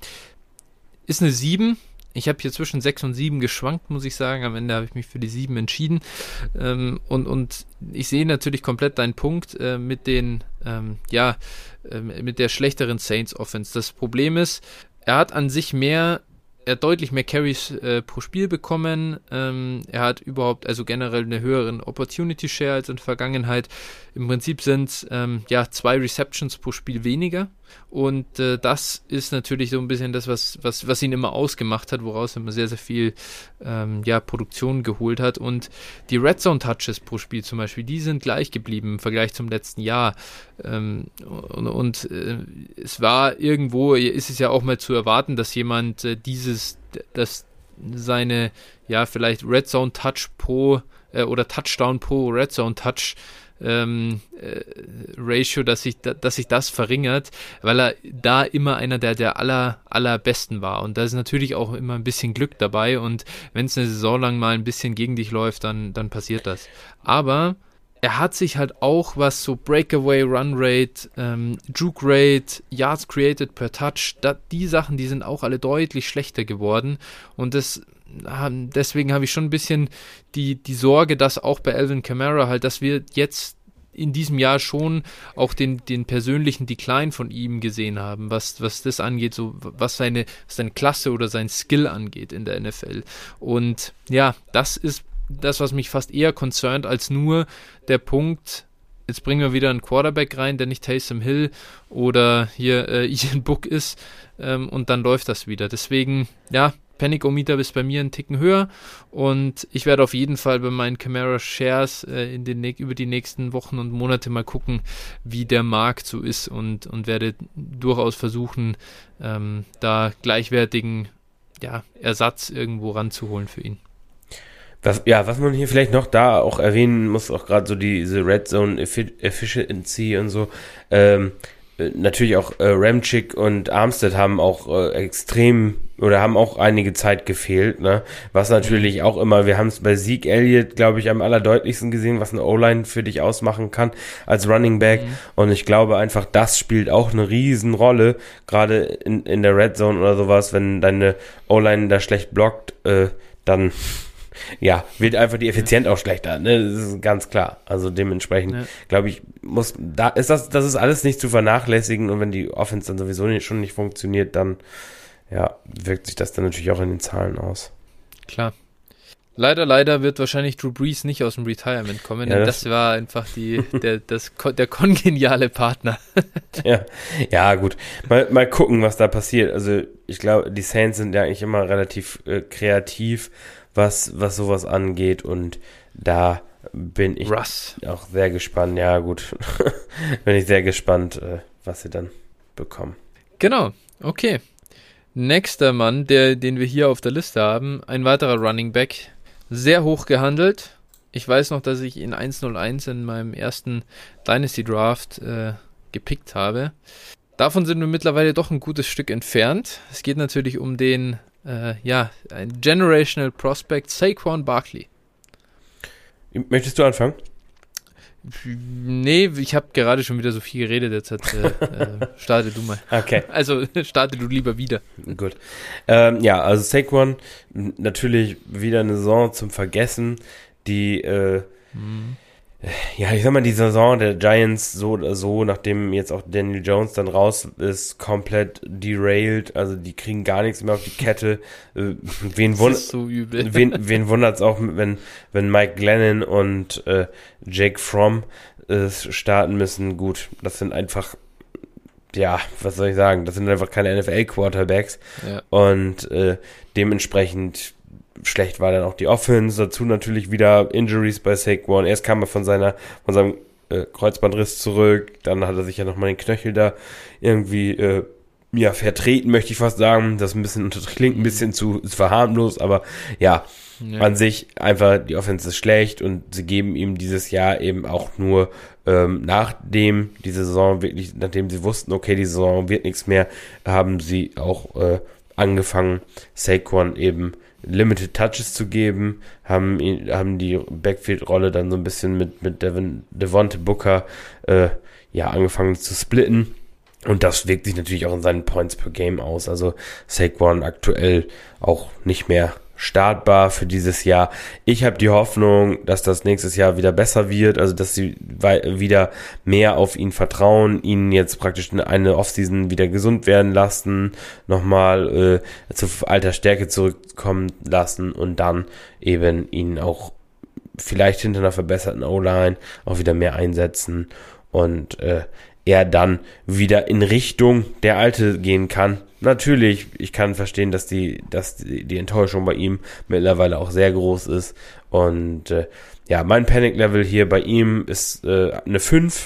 Speaker 1: ist eine sieben. Ich habe hier zwischen sechs und sieben geschwankt, muss ich sagen. Am Ende habe ich mich für die sieben entschieden. Ähm, und, und ich sehe natürlich komplett deinen Punkt äh, mit den, ähm, ja, äh, mit der schlechteren Saints Offense. Das Problem ist, er hat an sich mehr, er hat deutlich mehr Carries äh, pro Spiel bekommen. Ähm, er hat überhaupt, also generell eine höheren Opportunity Share als in der Vergangenheit. Im Prinzip sind es ähm, ja, zwei Receptions pro Spiel weniger. Und äh, das ist natürlich so ein bisschen das, was, was, was ihn immer ausgemacht hat, woraus er immer sehr, sehr viel ähm, ja, Produktion geholt hat. Und die Red Zone Touches pro Spiel zum Beispiel, die sind gleich geblieben im Vergleich zum letzten Jahr. Ähm, und und äh, es war irgendwo, ist es ja auch mal zu erwarten, dass jemand äh, dieses, dass seine, ja, vielleicht Red Zone Touch pro äh, oder Touchdown pro Red Zone Touch Ähm, äh, Ratio, dass sich, da, dass sich das verringert, weil er da immer einer der, der aller, allerbesten war. Und da ist natürlich auch immer ein bisschen Glück dabei und wenn es eine Saison lang mal ein bisschen gegen dich läuft, dann, dann passiert das. Aber er hat sich halt auch, was so Breakaway, Run Rate, ähm, Juke Rate, Yards Created per Touch, da, die Sachen, die sind auch alle deutlich schlechter geworden und das deswegen habe ich schon ein bisschen die, die Sorge, dass auch bei Alvin Kamara halt, dass wir jetzt in diesem Jahr schon auch den, den persönlichen Decline von ihm gesehen haben, was, was das angeht, so was seine, seine Klasse oder sein Skill angeht in der N F L. Und ja, das ist das, was mich fast eher concernt, als nur der Punkt, jetzt bringen wir wieder einen Quarterback rein, der nicht Taysom Hill oder hier äh, Ian Book ist ähm, und dann läuft das wieder. Deswegen, ja, Panic-O-Meter ist bei mir einen Ticken höher und ich werde auf jeden Fall bei meinen Kamara-Shares äh, in den, über die nächsten Wochen und Monate mal gucken, wie der Markt so ist und, und werde durchaus versuchen, ähm, da gleichwertigen ja, Ersatz irgendwo ranzuholen für ihn.
Speaker 2: Was, ja, was man hier vielleicht noch da auch erwähnen muss, auch gerade so diese Red Zone Efficiency und so, ähm, natürlich auch äh, Ramchick und Armstead haben auch äh, extrem oder haben auch einige Zeit gefehlt, ne? Was natürlich auch immer, wir haben es bei Zeke Elliott, glaube ich, am allerdeutlichsten gesehen, was eine O-Line für dich ausmachen kann als Running Back. Mhm. Und ich glaube einfach, das spielt auch eine riesen Rolle, gerade in, in der Red Zone oder sowas, wenn deine O-Line da schlecht blockt, äh, dann ja, wird einfach die Effizienz auch schlechter, ne? Das ist ganz klar. Also dementsprechend, ja. glaube ich, muss, da ist das, das ist alles nicht zu vernachlässigen und wenn die Offense dann sowieso nicht, schon nicht funktioniert, dann, ja, wirkt sich das dann natürlich auch in den Zahlen aus.
Speaker 1: Klar. Leider, leider wird wahrscheinlich Drew Brees nicht aus dem Retirement kommen, ja, denn das, das war einfach die, der, das, der kongeniale Partner.
Speaker 2: ja, ja, gut. Mal, mal gucken, was da passiert. Also, ich glaube, die Saints sind ja eigentlich immer relativ äh, kreativ, was was sowas angeht und da bin ich
Speaker 1: Russ.
Speaker 2: auch sehr gespannt. Ja, gut. bin ich sehr gespannt, äh, was sie dann bekommen.
Speaker 1: Genau, okay. Nächster Mann, der, den wir hier auf der Liste haben, ein weiterer Running Back, sehr hoch gehandelt. Ich weiß noch, dass ich ihn eins null eins in meinem ersten Dynasty Draft äh, gepickt habe. Davon sind wir mittlerweile doch ein gutes Stück entfernt. Es geht natürlich um den Äh, ja, ein Generational Prospect, Saquon Barkley.
Speaker 2: Möchtest du anfangen?
Speaker 1: Nee, ich habe gerade schon wieder so viel geredet, jetzt hat, äh, äh, starte du mal.
Speaker 2: Okay.
Speaker 1: Also starte du lieber wieder.
Speaker 2: Gut. Ähm, ja, also Saquon, natürlich wieder eine Saison zum Vergessen, die äh, mhm. ja, ich sag mal, die Saison der Giants so oder so, nachdem jetzt auch Daniel Jones dann raus ist, komplett derailed, also die kriegen gar nichts mehr auf die Kette. Äh, wen wund-
Speaker 1: so übel.
Speaker 2: Wen, wen wundert's auch, wenn, wenn Mike Glennon und äh, Jake Fromm äh, starten müssen? Gut, das sind einfach, ja, was soll ich sagen, das sind einfach keine N F L-Quarterbacks
Speaker 1: ja.
Speaker 2: und äh, dementsprechend schlecht war dann auch die Offense, dazu natürlich wieder Injuries bei Saquon. Erst kam er von seiner, von seinem äh, Kreuzbandriss zurück, dann hat er sich ja nochmal den Knöchel da irgendwie äh, ja, vertreten, möchte ich fast sagen. Das ein bisschen klingt ein bisschen zu verharmlos, aber ja, ja, an sich einfach die Offense ist schlecht und sie geben ihm dieses Jahr eben auch nur ähm, nachdem die Saison wirklich, nachdem sie wussten, okay, die Saison wird nichts mehr, haben sie auch äh, angefangen, Saquon eben Limited Touches zu geben, haben ihn, haben die Backfield-Rolle dann so ein bisschen mit, mit Devin, Devontae Booker äh, ja, angefangen zu splitten. Und das wirkt sich natürlich auch in seinen Points per Game aus. Also Saquon aktuell auch nicht mehr startbar für dieses Jahr. Ich habe die Hoffnung, dass das nächstes Jahr wieder besser wird, also dass sie wei- wieder mehr auf ihn vertrauen, ihn jetzt praktisch in eine Offseason wieder gesund werden lassen, nochmal äh, zu alter Stärke zurückkommen lassen und dann eben ihn auch vielleicht hinter einer verbesserten O-Line auch wieder mehr einsetzen und äh, er dann wieder in Richtung der Alte gehen kann. Natürlich, ich kann verstehen, dass die, dass die, die Enttäuschung bei ihm mittlerweile auch sehr groß ist. Und äh, ja, mein Panic-Level hier bei ihm ist äh, eine fünf.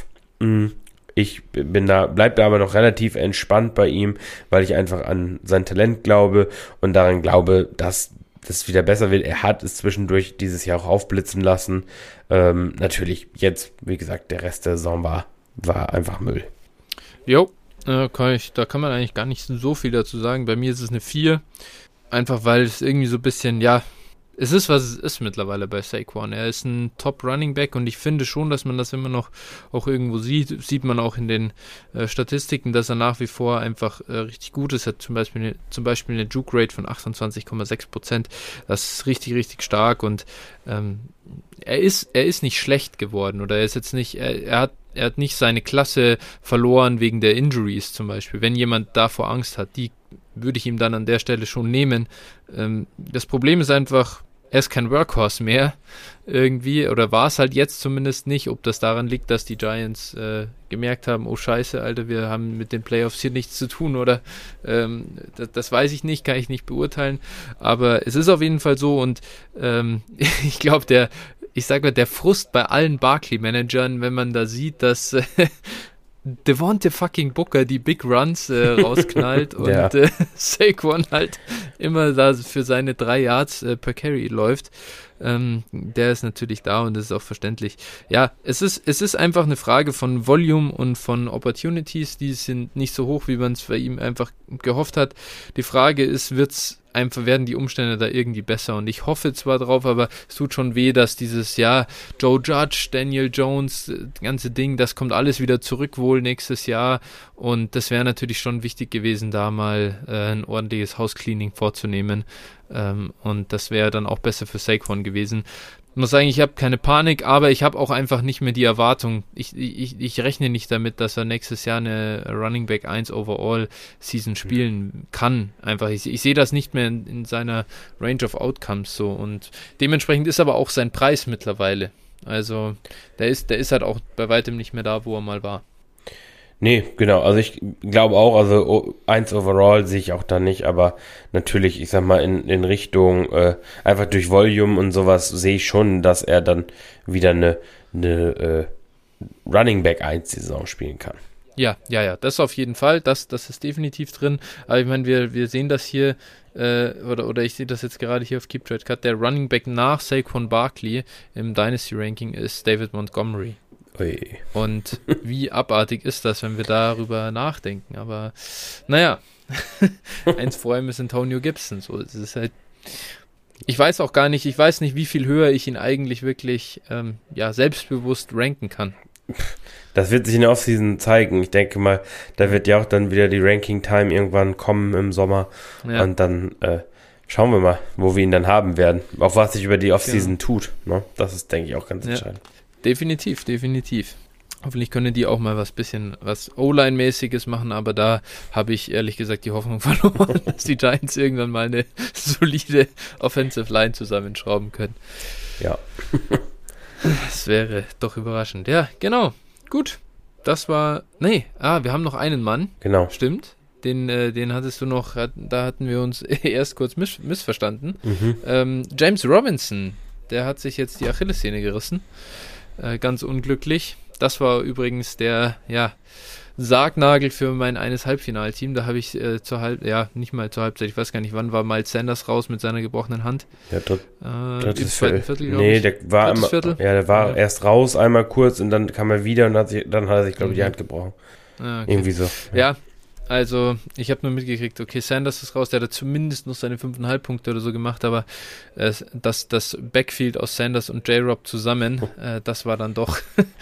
Speaker 2: Ich bin da, bleib da aber noch relativ entspannt bei ihm, weil ich einfach an sein Talent glaube und daran glaube, dass das wieder besser wird. Er hat es zwischendurch dieses Jahr auch aufblitzen lassen. Ähm, natürlich, jetzt, wie gesagt, der Rest der Saison war, war einfach Müll.
Speaker 1: Jo. Äh, kann ich, da kann man eigentlich gar nicht so viel dazu sagen. Bei mir ist es eine vier. Einfach weil es irgendwie so ein bisschen, ja, es ist, was es ist mittlerweile bei Saquon. Er ist ein Top-Running-Back und ich finde schon, dass man das immer noch auch irgendwo sieht. Sieht man auch in den äh, Statistiken, dass er nach wie vor einfach äh, richtig gut ist. Er hat zum Beispiel eine, zum Beispiel eine Juke-Rate von achtundzwanzig Komma sechs Prozent. Das ist richtig, richtig stark und ähm, er ist, er ist nicht schlecht geworden oder er ist jetzt nicht, er, er hat Er hat nicht seine Klasse verloren wegen der Injuries zum Beispiel. Wenn jemand davor Angst hat, die würde ich ihm dann an der Stelle schon nehmen. Ähm, das Problem ist einfach, er ist kein Workhorse mehr irgendwie, oder war es halt jetzt zumindest nicht, ob das daran liegt, dass die Giants äh, gemerkt haben, oh scheiße, Alter, wir haben mit den Playoffs hier nichts zu tun, oder ähm, das, das weiß ich nicht, kann ich nicht beurteilen, aber es ist auf jeden Fall so, und ähm, ich glaube, der, ich sag mal, der Frust bei allen Barkley-Managern, wenn man da sieht, dass äh, Devontae fucking Booker die Big Runs äh, rausknallt und
Speaker 2: ja.
Speaker 1: äh, Saquon halt immer da für seine drei Yards äh, per Carry läuft. Ähm, der ist natürlich da, und das ist auch verständlich. Ja, es ist, es ist einfach eine Frage von Volume und von Opportunities, die sind nicht so hoch, wie man es bei ihm einfach gehofft hat. Die Frage ist, wird's einfach, werden die Umstände da irgendwie besser, und ich hoffe zwar drauf, aber es tut schon weh, dass dieses Jahr Joe Judge, Daniel Jones, das ganze Ding, das kommt alles wieder zurück wohl nächstes Jahr, und das wäre natürlich schon wichtig gewesen, da mal äh, ein ordentliches Housecleaning vorzunehmen, ähm, und das wäre dann auch besser für Saquon gewesen. Ich muss sagen, ich habe keine Panik, aber ich habe auch einfach nicht mehr die Erwartung. Ich, ich, ich rechne nicht damit, dass er nächstes Jahr eine Running Back eins Overall Season spielen kann. Einfach, ich, ich sehe das nicht mehr in, in seiner Range of Outcomes so, und dementsprechend ist aber auch sein Preis mittlerweile. Also der ist, der ist halt auch bei weitem nicht mehr da, wo er mal war.
Speaker 2: Nee, genau, also ich glaube auch, also eins overall sehe ich auch da nicht, aber natürlich, ich sag mal, in, in Richtung, äh, einfach durch Volume und sowas sehe ich schon, dass er dann wieder eine, eine äh, Running Back eins Saison spielen kann.
Speaker 1: Ja, ja, ja, das auf jeden Fall, das, das ist definitiv drin, aber ich meine, wir, wir sehen das hier, äh, oder, oder ich sehe das jetzt gerade hier auf Keep Trade Cut, der Running Back nach Saquon Barkley im Dynasty Ranking ist David Montgomery.
Speaker 2: Ui.
Speaker 1: Und wie abartig ist das, wenn wir darüber nachdenken, aber naja, eins vor ihm ist Antonio Gibson, so, es ist halt, ich weiß auch gar nicht, ich weiß nicht, wie viel höher ich ihn eigentlich wirklich, ähm, ja, selbstbewusst ranken kann.
Speaker 2: Das wird sich in der Offseason zeigen. Ich denke mal, da wird ja auch dann wieder die Ranking-Time irgendwann kommen im Sommer. Ja. Und dann äh, schauen wir mal, wo wir ihn dann haben werden. Auch was sich über die Offseason ja. tut. Ne? Das ist, denke ich, auch ganz ja. entscheidend.
Speaker 1: Definitiv, definitiv. Hoffentlich können die auch mal was bisschen, was O-Line-mäßiges machen, aber da habe ich ehrlich gesagt die Hoffnung verloren, dass die Giants irgendwann mal eine solide Offensive Line zusammenschrauben können.
Speaker 2: Ja.
Speaker 1: Das wäre doch überraschend. Ja, genau. Gut. Das war, nee, ah, wir haben noch einen Mann.
Speaker 2: Genau.
Speaker 1: Stimmt. Den, äh, den hattest du noch, da hatten wir uns erst kurz miss- missverstanden.
Speaker 2: Mhm.
Speaker 1: Ähm, James Robinson, der hat sich jetzt die Achillessehne gerissen. Äh, ganz unglücklich. Das war übrigens der, ja, Sargnagel für mein eines Halbfinalteam. Da habe ich äh, zur Halb, ja, nicht mal zur Halbzeit, ich weiß gar nicht, wann war Miles Sanders raus mit seiner gebrochenen Hand.
Speaker 2: Ja, dort,
Speaker 1: äh,
Speaker 2: dort
Speaker 1: im zweiten Viertel, glaube
Speaker 2: nee,
Speaker 1: ich.
Speaker 2: der war immer,
Speaker 1: Viertel?
Speaker 2: ja, der war
Speaker 1: ja.
Speaker 2: erst raus, einmal kurz, und dann kam er wieder, und hat sich, dann hat er sich, glaube ich, die Hand gebrochen.
Speaker 1: Ah, okay.
Speaker 2: Irgendwie so.
Speaker 1: Ja, ja, also ich habe nur mitgekriegt, okay, Sanders ist raus, der hat zumindest noch seine fünfeinhalb Punkte oder so gemacht, aber äh, das, das Backfield aus Sanders und J-Rob zusammen, äh, das war dann doch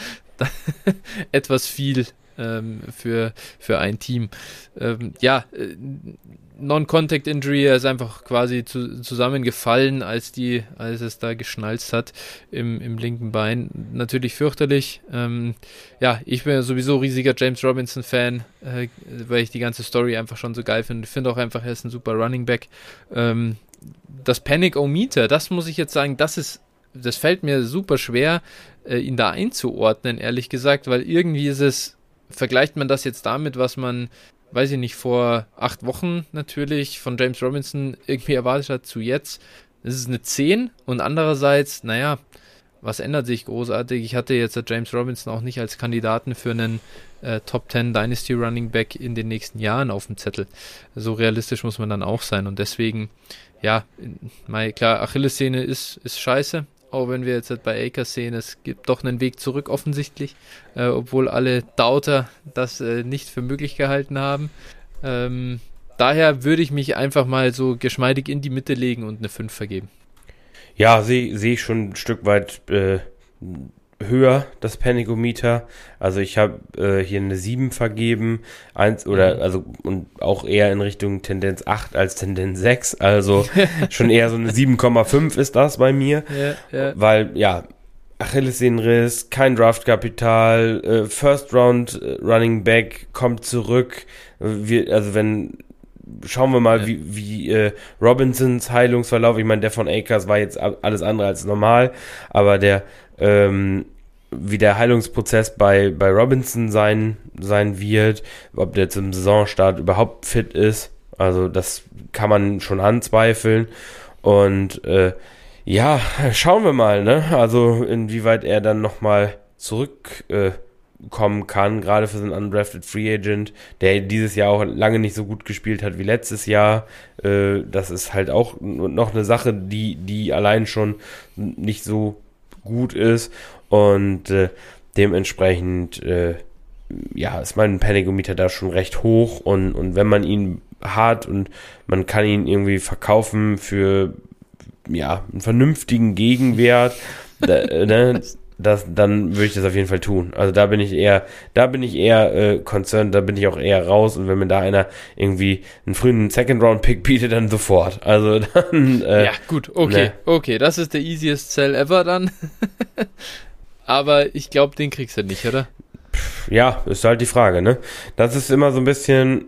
Speaker 1: etwas viel ähm, für, für ein Team. Ähm, ja, äh, Non-Contact Injury, er ist einfach quasi zu, zusammengefallen, als die, als es da geschnalzt hat im, im linken Bein. Natürlich fürchterlich. Ähm, ja, ich bin ja sowieso riesiger James Robinson-Fan, äh, weil ich die ganze Story einfach schon so geil finde. Ich finde auch einfach, er ist ein super Running Back. Ähm, das Panic-O-Meter, das muss ich jetzt sagen, das ist, das fällt mir super schwer, äh, ihn da einzuordnen, ehrlich gesagt, weil irgendwie ist es, vergleicht man das jetzt damit, was man, weiß ich nicht, vor acht Wochen natürlich von James Robinson irgendwie erwartet hat, zu jetzt. Das ist eine zehn, und andererseits, naja, was ändert sich großartig? Ich hatte jetzt James Robinson auch nicht als Kandidaten für einen äh, Top zehn Dynasty Running Back in den nächsten Jahren auf dem Zettel. So realistisch muss man dann auch sein, und deswegen, ja, mal, klar, Achillessehne ist, ist scheiße, auch wenn wir jetzt halt bei Akers sehen, es gibt doch einen Weg zurück offensichtlich, äh, obwohl alle Doubter das äh, nicht für möglich gehalten haben. Ähm, daher würde ich mich einfach mal so geschmeidig in die Mitte legen und eine fünf vergeben.
Speaker 2: Ja, sehe seh ich schon ein Stück weit äh, höher, das Panic-O-Meter. Also ich habe äh, hier eine sieben vergeben, eins oder, also, und auch eher in Richtung Tendenz acht als Tendenz sechs, also schon eher so eine sieben Komma fünf ist das bei mir,
Speaker 1: ja, ja.
Speaker 2: Weil, ja, Achillessehnenriss, kein Draftkapital, äh, First Round äh, Running Back kommt zurück, wir, also wenn schauen wir mal,
Speaker 1: ja.
Speaker 2: wie, wie äh, Robinsons Heilungsverlauf, ich meine, der von Akers war jetzt alles andere als normal, aber der, ähm, wie der Heilungsprozess bei, bei Robinson sein, sein wird, ob der zum Saisonstart überhaupt fit ist, also das kann man schon anzweifeln und äh, ja, schauen wir mal, ne, also inwieweit er dann nochmal zurück äh, kommen kann, gerade für so einen undrafted Free Agent, der dieses Jahr auch lange nicht so gut gespielt hat wie letztes Jahr. Äh, das ist halt auch noch eine Sache, die, die allein schon nicht so gut ist und äh, dementsprechend äh, ja, ist mein Panic-O-Meter da schon recht hoch und, und wenn man ihn hat und man kann ihn irgendwie verkaufen für ja, einen vernünftigen Gegenwert, da, ne, Das, dann würde ich das auf jeden Fall tun. Also da bin ich eher, da bin ich eher äh, concerned, da bin ich auch eher raus und wenn mir da einer irgendwie einen frühen Second-Round-Pick bietet, dann sofort. Also dann, äh,
Speaker 1: ja, gut, okay,
Speaker 2: ne.
Speaker 1: okay, das ist der easiest sell ever dann. Aber ich glaube, den kriegst du nicht, oder?
Speaker 2: Ja, ist halt die Frage, ne? Das ist immer so ein bisschen,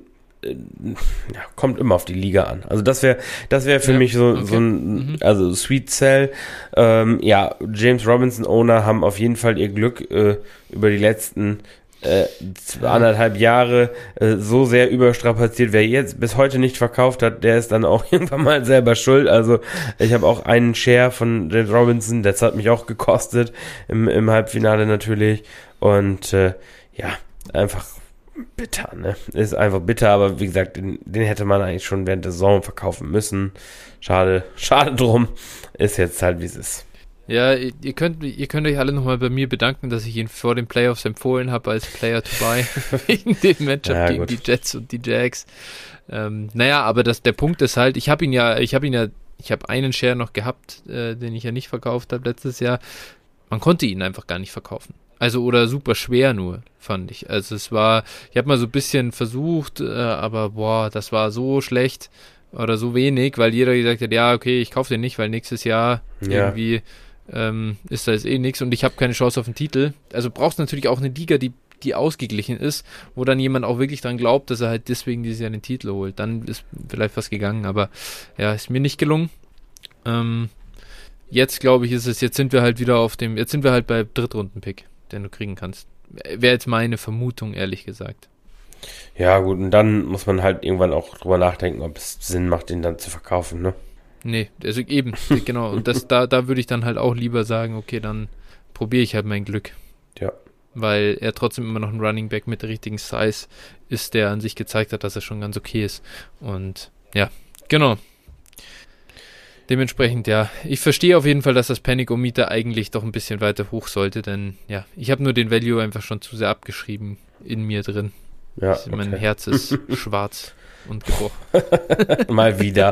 Speaker 2: ja, kommt immer auf die Liga an. Also das wäre das wäre für ja, mich so, okay. so ein, mhm. also Sweet Sell. Ähm, ja, James Robinson Owner haben auf jeden Fall ihr Glück äh, über die letzten äh, anderthalb Jahre äh, so sehr überstrapaziert. Wer jetzt bis heute nicht verkauft hat, der ist dann auch irgendwann mal selber schuld. Also ich habe auch einen Share von James Robinson, das hat mich auch gekostet im, im Halbfinale natürlich. Und äh, ja, einfach bitter, ne? Ist einfach bitter, aber wie gesagt, den, den hätte man eigentlich schon während der Saison verkaufen müssen. Schade, schade drum. Ist jetzt halt, wie es ist.
Speaker 1: Ja, ihr könnt, ihr könnt euch alle nochmal bei mir bedanken, dass ich ihn vor den Playoffs empfohlen habe als Player to buy, wegen dem Matchup ja, gegen gut. die Jets und die Jags. Ähm, naja, aber das, der Punkt ist halt, ich habe ihn ja, ich habe ihn ja, ich habe einen Share noch gehabt, äh, den ich ja nicht verkauft habe letztes Jahr. Man konnte ihn einfach gar nicht verkaufen. Also, oder super schwer nur, fand ich. Also, es war, ich habe mal so ein bisschen versucht, äh, aber boah, das war so schlecht oder so wenig, weil jeder gesagt hat, ja, okay, ich kaufe den nicht, weil nächstes Jahr ja. irgendwie ähm, ist da jetzt eh nichts und ich habe keine Chance auf den Titel. Also, brauchst natürlich auch eine Liga, die, die ausgeglichen ist, wo dann jemand auch wirklich dran glaubt, dass er halt deswegen dieses Jahr den Titel holt. Dann ist vielleicht was gegangen, aber ja, ist mir nicht gelungen. Ähm, jetzt, glaube ich, ist es, jetzt sind wir halt wieder auf dem, jetzt sind wir halt bei Drittrunden-Pick, den du kriegen kannst. Wäre jetzt meine Vermutung, ehrlich gesagt.
Speaker 2: Ja, gut, und dann muss man halt irgendwann auch drüber nachdenken, ob es Sinn macht, den dann zu verkaufen, ne?
Speaker 1: Nee, also eben, genau. Und das, da, da würde ich dann halt auch lieber sagen, okay, dann probiere ich halt mein Glück.
Speaker 2: Ja.
Speaker 1: Weil er trotzdem immer noch ein Running Back mit der richtigen Size ist, der an sich gezeigt hat, dass er schon ganz okay ist. Und ja, genau. Dementsprechend, ja, ich verstehe auf jeden Fall, dass das Panic-O-Meter eigentlich doch ein bisschen weiter hoch sollte, denn ja, ich habe nur den Value einfach schon zu sehr abgeschrieben in mir drin.
Speaker 2: Ja,
Speaker 1: okay. Mein Herz ist schwarz und gebrochen.
Speaker 2: Mal wieder.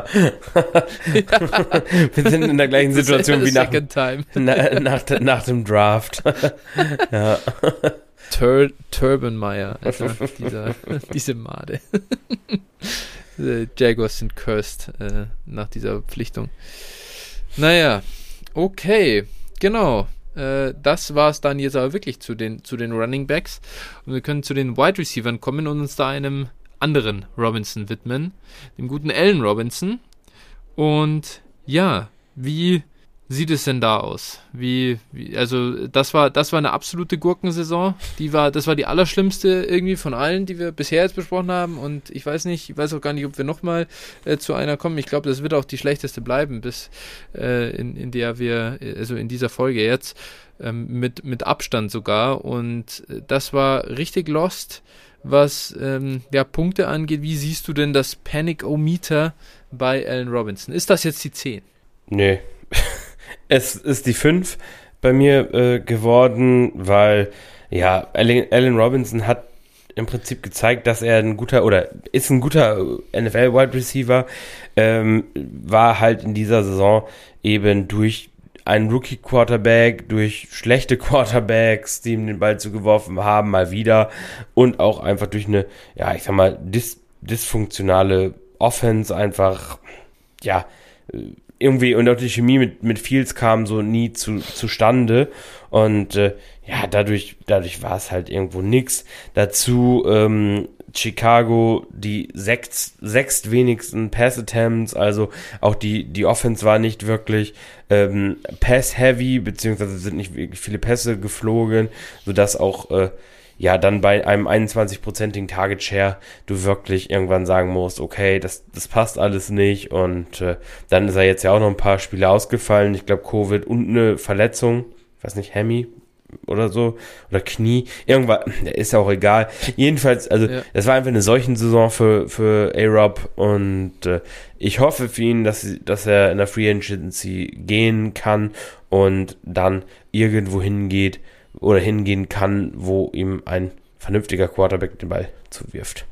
Speaker 2: Wir sind in der gleichen Situation wie nach, na, nach, nach dem Draft. Ja.
Speaker 1: Tur- Turbanmeyer, Alter, dieser, diese Made. Die Jaguars sind cursed äh, nach dieser Verpflichtung. Naja, okay, genau. Äh, das war es dann jetzt aber wirklich zu den, zu den Running Backs. Und wir können zu den Wide Receivern kommen und uns da einem anderen Robinson widmen, dem guten Allen Robinson. Und ja, wie sieht es denn da aus? Wie, wie, also das war, das war eine absolute Gurkensaison. Die war, das war die allerschlimmste irgendwie von allen, die wir bisher jetzt besprochen haben. Und ich weiß nicht, ich weiß auch gar nicht, ob wir nochmal äh, zu einer kommen. Ich glaube, das wird auch die schlechteste bleiben, bis äh, in, in der wir, also in dieser Folge jetzt, ähm, mit, mit Abstand sogar. Und das war richtig lost, was ähm, ja, Punkte angeht. Wie siehst du denn das Panic-O-Meter bei Allen Robinson? Ist das jetzt die zehn?
Speaker 2: Nee. Es ist die fünf bei mir äh, geworden, weil ja, Allen, Allen Robinson hat im Prinzip gezeigt, dass er ein guter oder ist ein guter N F L-Wide Receiver, ähm, war halt in dieser Saison eben durch einen Rookie-Quarterback, durch schlechte Quarterbacks, die ihm den Ball zugeworfen haben, mal wieder und auch einfach durch eine, ja, ich sag mal, dis- dysfunktionale Offense einfach, ja, irgendwie, und auch die Chemie mit, mit Fields kam so nie zu, zustande und äh, ja, dadurch, dadurch war es halt irgendwo nix. Dazu ähm, Chicago die sechs, sechs wenigsten Pass-Attempts, also auch die, die Offense war nicht wirklich ähm, Pass-heavy, beziehungsweise sind nicht wirklich viele Pässe geflogen, sodass auch äh, ja dann bei einem einundzwanzig-prozentigen Target-Share du wirklich irgendwann sagen musst, okay, das, das passt alles nicht, und äh, dann ist er jetzt ja auch noch ein paar Spiele ausgefallen, ich glaube Covid und eine Verletzung, ich weiß nicht, Hemi oder so, oder Knie, irgendwas, ist ja auch egal. Jedenfalls, also ja. Das war einfach eine Seuchensaison für, für A-Rob, und äh, ich hoffe für ihn, dass, dass er in der Free Agency gehen kann und dann irgendwo hingeht oder hingehen kann, wo ihm ein vernünftiger Quarterback den Ball zuwirft.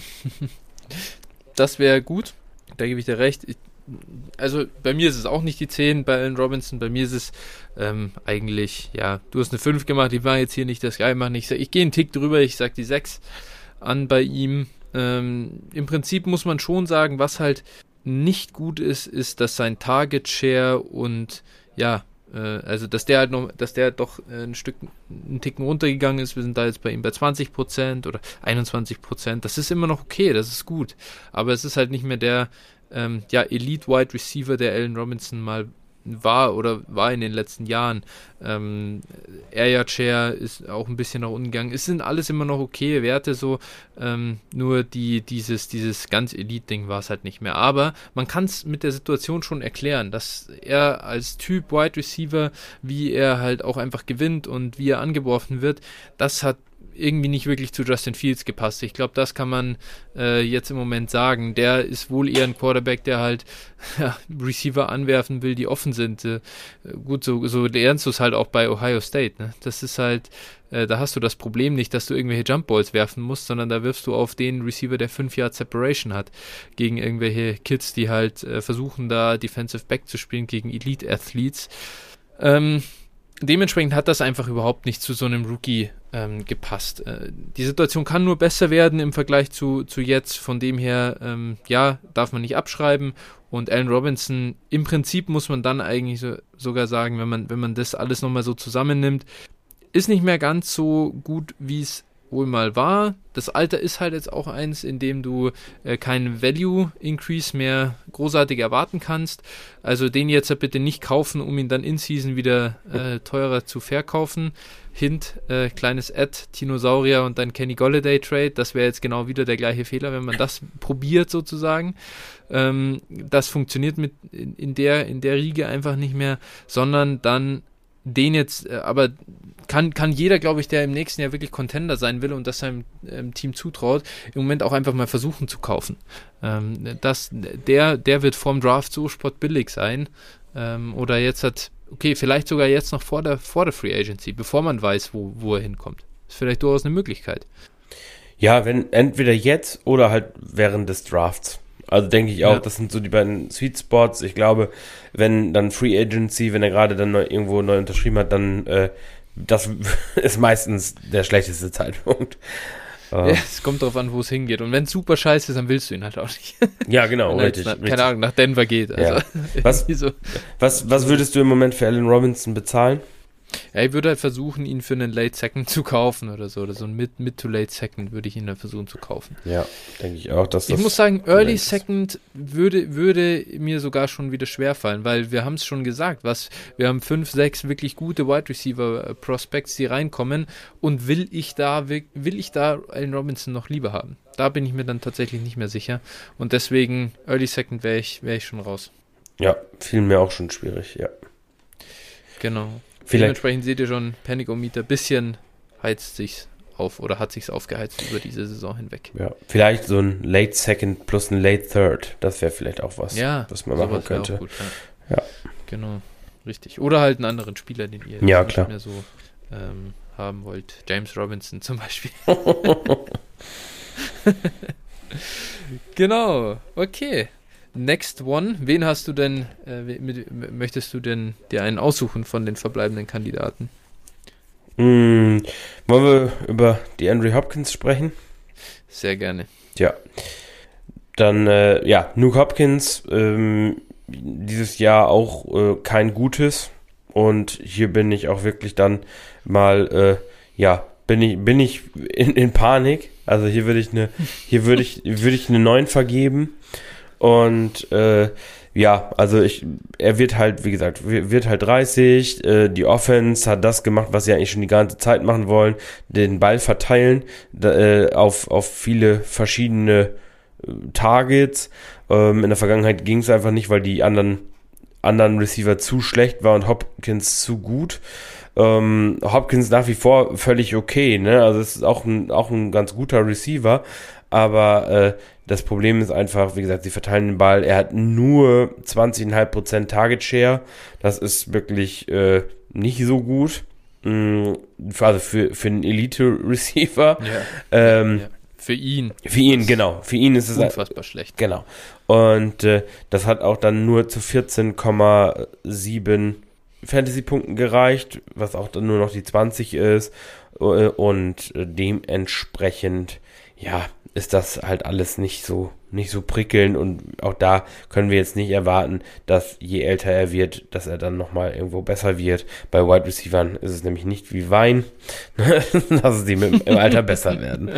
Speaker 1: Das wäre gut, da gebe ich dir recht. Ich, also bei mir ist es auch nicht die zehn bei Allen Robinson, bei mir ist es ähm, eigentlich, ja, du hast eine fünf gemacht, ich war jetzt hier nicht das Geil machen, ich, ich gehe einen Tick drüber, ich sag die sechs an bei ihm. Ähm, im Prinzip muss man schon sagen, was halt nicht gut ist, ist, dass sein Target Share und ja, äh, also dass der halt noch, dass der doch äh, ein Stück, einen Ticken runtergegangen ist, wir sind da jetzt bei ihm bei zwanzig Prozent oder einundzwanzig Prozent, das ist immer noch okay, das ist gut, aber es ist halt nicht mehr der Ähm, ja, Elite-Wide Receiver, der Allen Robinson mal war oder war in den letzten Jahren. Ähm, Area Share ist auch ein bisschen nach unten gegangen. Es sind alles immer noch okay Werte, so ähm, nur die, dieses, dieses ganz Elite-Ding war es halt nicht mehr. Aber man kann es mit der Situation schon erklären, dass er als Typ Wide Receiver, wie er halt auch einfach gewinnt und wie er angeworfen wird, das hat irgendwie nicht wirklich zu Justin Fields gepasst. Ich glaube, das kann man äh, jetzt im Moment sagen. Der ist wohl eher ein Quarterback, der halt ja, Receiver anwerfen will, die offen sind. Äh, gut, so, so lernst du es halt auch bei Ohio State. Ne? Das ist halt, äh, da hast du das Problem nicht, dass du irgendwelche Jumpballs werfen musst, sondern da wirfst du auf den Receiver, der fünf Yard Separation hat, gegen irgendwelche Kids, die halt äh, versuchen, da Defensive Back zu spielen, gegen Elite Athletes. Ähm, Dementsprechend hat das einfach überhaupt nicht zu so einem Rookie ähm, gepasst. Äh, die Situation kann nur besser werden im Vergleich zu, zu jetzt. Von dem her, ähm, ja, darf man nicht abschreiben. Und Allen Robinson, im Prinzip muss man dann eigentlich so, sogar sagen, wenn man, wenn man das alles nochmal so zusammennimmt, ist nicht mehr ganz so gut, wie es wohl mal war. Das Alter ist halt jetzt auch eins, in dem du äh, keinen Value-Increase mehr großartig erwarten kannst. Also den jetzt bitte nicht kaufen, um ihn dann in Season wieder äh, teurer zu verkaufen. Hint, äh, kleines Ad, Dinosaurier und dann Kenny Golladay Trade. Das wäre jetzt genau wieder der gleiche Fehler, wenn man das probiert sozusagen. Ähm, das funktioniert mit in, in der in der Riege einfach nicht mehr, sondern dann den jetzt, äh, aber kann, kann jeder, glaube ich, der im nächsten Jahr wirklich Contender sein will und das seinem ähm, Team zutraut, im Moment auch einfach mal versuchen zu kaufen. Ähm, das, der, der wird vorm Draft so spottbillig sein. Ähm, oder jetzt hat, okay, vielleicht sogar jetzt noch vor der, vor der Free Agency, bevor man weiß, wo, wo er hinkommt. Ist vielleicht durchaus eine Möglichkeit.
Speaker 2: Ja, wenn entweder jetzt oder halt während des Drafts. Also denke ich auch,
Speaker 1: ja.
Speaker 2: Das sind so die beiden Sweet Spots. Ich glaube, wenn dann Free Agency, wenn er gerade dann neu, irgendwo neu unterschrieben hat, dann äh, das ist meistens der schlechteste Zeitpunkt.
Speaker 1: Ja, es kommt drauf an, wo es hingeht. Und wenn es super scheiße ist, dann willst du ihn halt auch nicht.
Speaker 2: Ja, genau,
Speaker 1: wenn
Speaker 2: richtig,
Speaker 1: nach,
Speaker 2: richtig.
Speaker 1: Keine Ahnung, nach Denver geht. Also
Speaker 2: ja. was,
Speaker 1: so.
Speaker 2: was, was würdest du im Moment für Allen Robinson bezahlen?
Speaker 1: Ja, ich würde halt versuchen, ihn für einen Late Second zu kaufen oder so. Oder so ein Mid, Mid to Late Second würde ich ihn dann versuchen zu kaufen.
Speaker 2: Ja, denke ich auch. Dass das
Speaker 1: ich muss sagen, Early Second würde, würde mir sogar schon wieder schwerfallen, weil wir haben es schon gesagt, was wir haben fünf, sechs wirklich gute Wide Receiver Prospects, die reinkommen, und will ich da will ich da Allen Robinson noch lieber haben? Da bin ich mir dann tatsächlich nicht mehr sicher, und deswegen Early Second wäre ich, wär ich schon raus.
Speaker 2: Ja, fiel mir auch schon schwierig, ja.
Speaker 1: Genau.
Speaker 2: Vielleicht.
Speaker 1: Dementsprechend seht ihr schon, Panic-O-Meter, bisschen heizt sich's auf oder hat sich's aufgeheizt über diese Saison hinweg.
Speaker 2: Ja, vielleicht so ein Late Second plus ein Late Third, das wäre vielleicht auch was,
Speaker 1: ja,
Speaker 2: was man machen könnte.
Speaker 1: Auch gut,
Speaker 2: ja.
Speaker 1: ja. ja, genau, richtig. Oder halt einen anderen Spieler, den ihr
Speaker 2: ja,
Speaker 1: nicht
Speaker 2: klar.
Speaker 1: mehr so ähm, haben wollt. James Robinson zum Beispiel. Genau, okay. Next one. Wen hast du denn, äh, mit, möchtest du denn dir einen aussuchen von den verbleibenden Kandidaten?
Speaker 2: Mm, wollen wir über die Andrew Hopkins sprechen?
Speaker 1: Sehr gerne.
Speaker 2: Ja. Dann, äh, ja, Nuke Hopkins, ähm, dieses Jahr auch äh, kein gutes. Und hier bin ich auch wirklich dann mal, äh, ja, bin ich, bin ich in, in Panik. Also hier würde ich eine, hier würde ich, würde ich eine neun vergeben. Und äh, ja, also ich, er wird halt, wie gesagt, wird halt dreißig. Äh, die Offense hat das gemacht, was sie eigentlich schon die ganze Zeit machen wollen: den Ball verteilen da, äh, auf auf viele verschiedene äh, Targets. Ähm, in der Vergangenheit ging es einfach nicht, weil die anderen anderen Receiver zu schlecht war und Hopkins zu gut. Ähm, Hopkins nach wie vor völlig okay, ne? Also es ist auch ein, auch ein ganz guter Receiver, aber äh, das Problem ist einfach, wie gesagt, sie verteilen den Ball. Er hat nur zwanzig Komma fünf Prozent Target Share. Das ist wirklich äh, nicht so gut. Mm, also für, für einen Elite-Receiver.
Speaker 1: Ja.
Speaker 2: Ähm,
Speaker 1: ja, ja. Für ihn.
Speaker 2: Für ihn, genau. Für ihn ist es
Speaker 1: unfassbar schlecht.
Speaker 2: Genau. Und äh, das hat auch dann nur zu vierzehn Komma sieben Fantasy-Punkten gereicht, was auch dann nur noch die zwanzig ist. Und äh, dementsprechend, ja, ist das halt alles nicht so nicht so prickelnd, und auch da können wir jetzt nicht erwarten, dass je älter er wird, dass er dann nochmal irgendwo besser wird. Bei Wide Receivern ist es nämlich nicht wie Wein, dass sie mit, im Alter besser werden.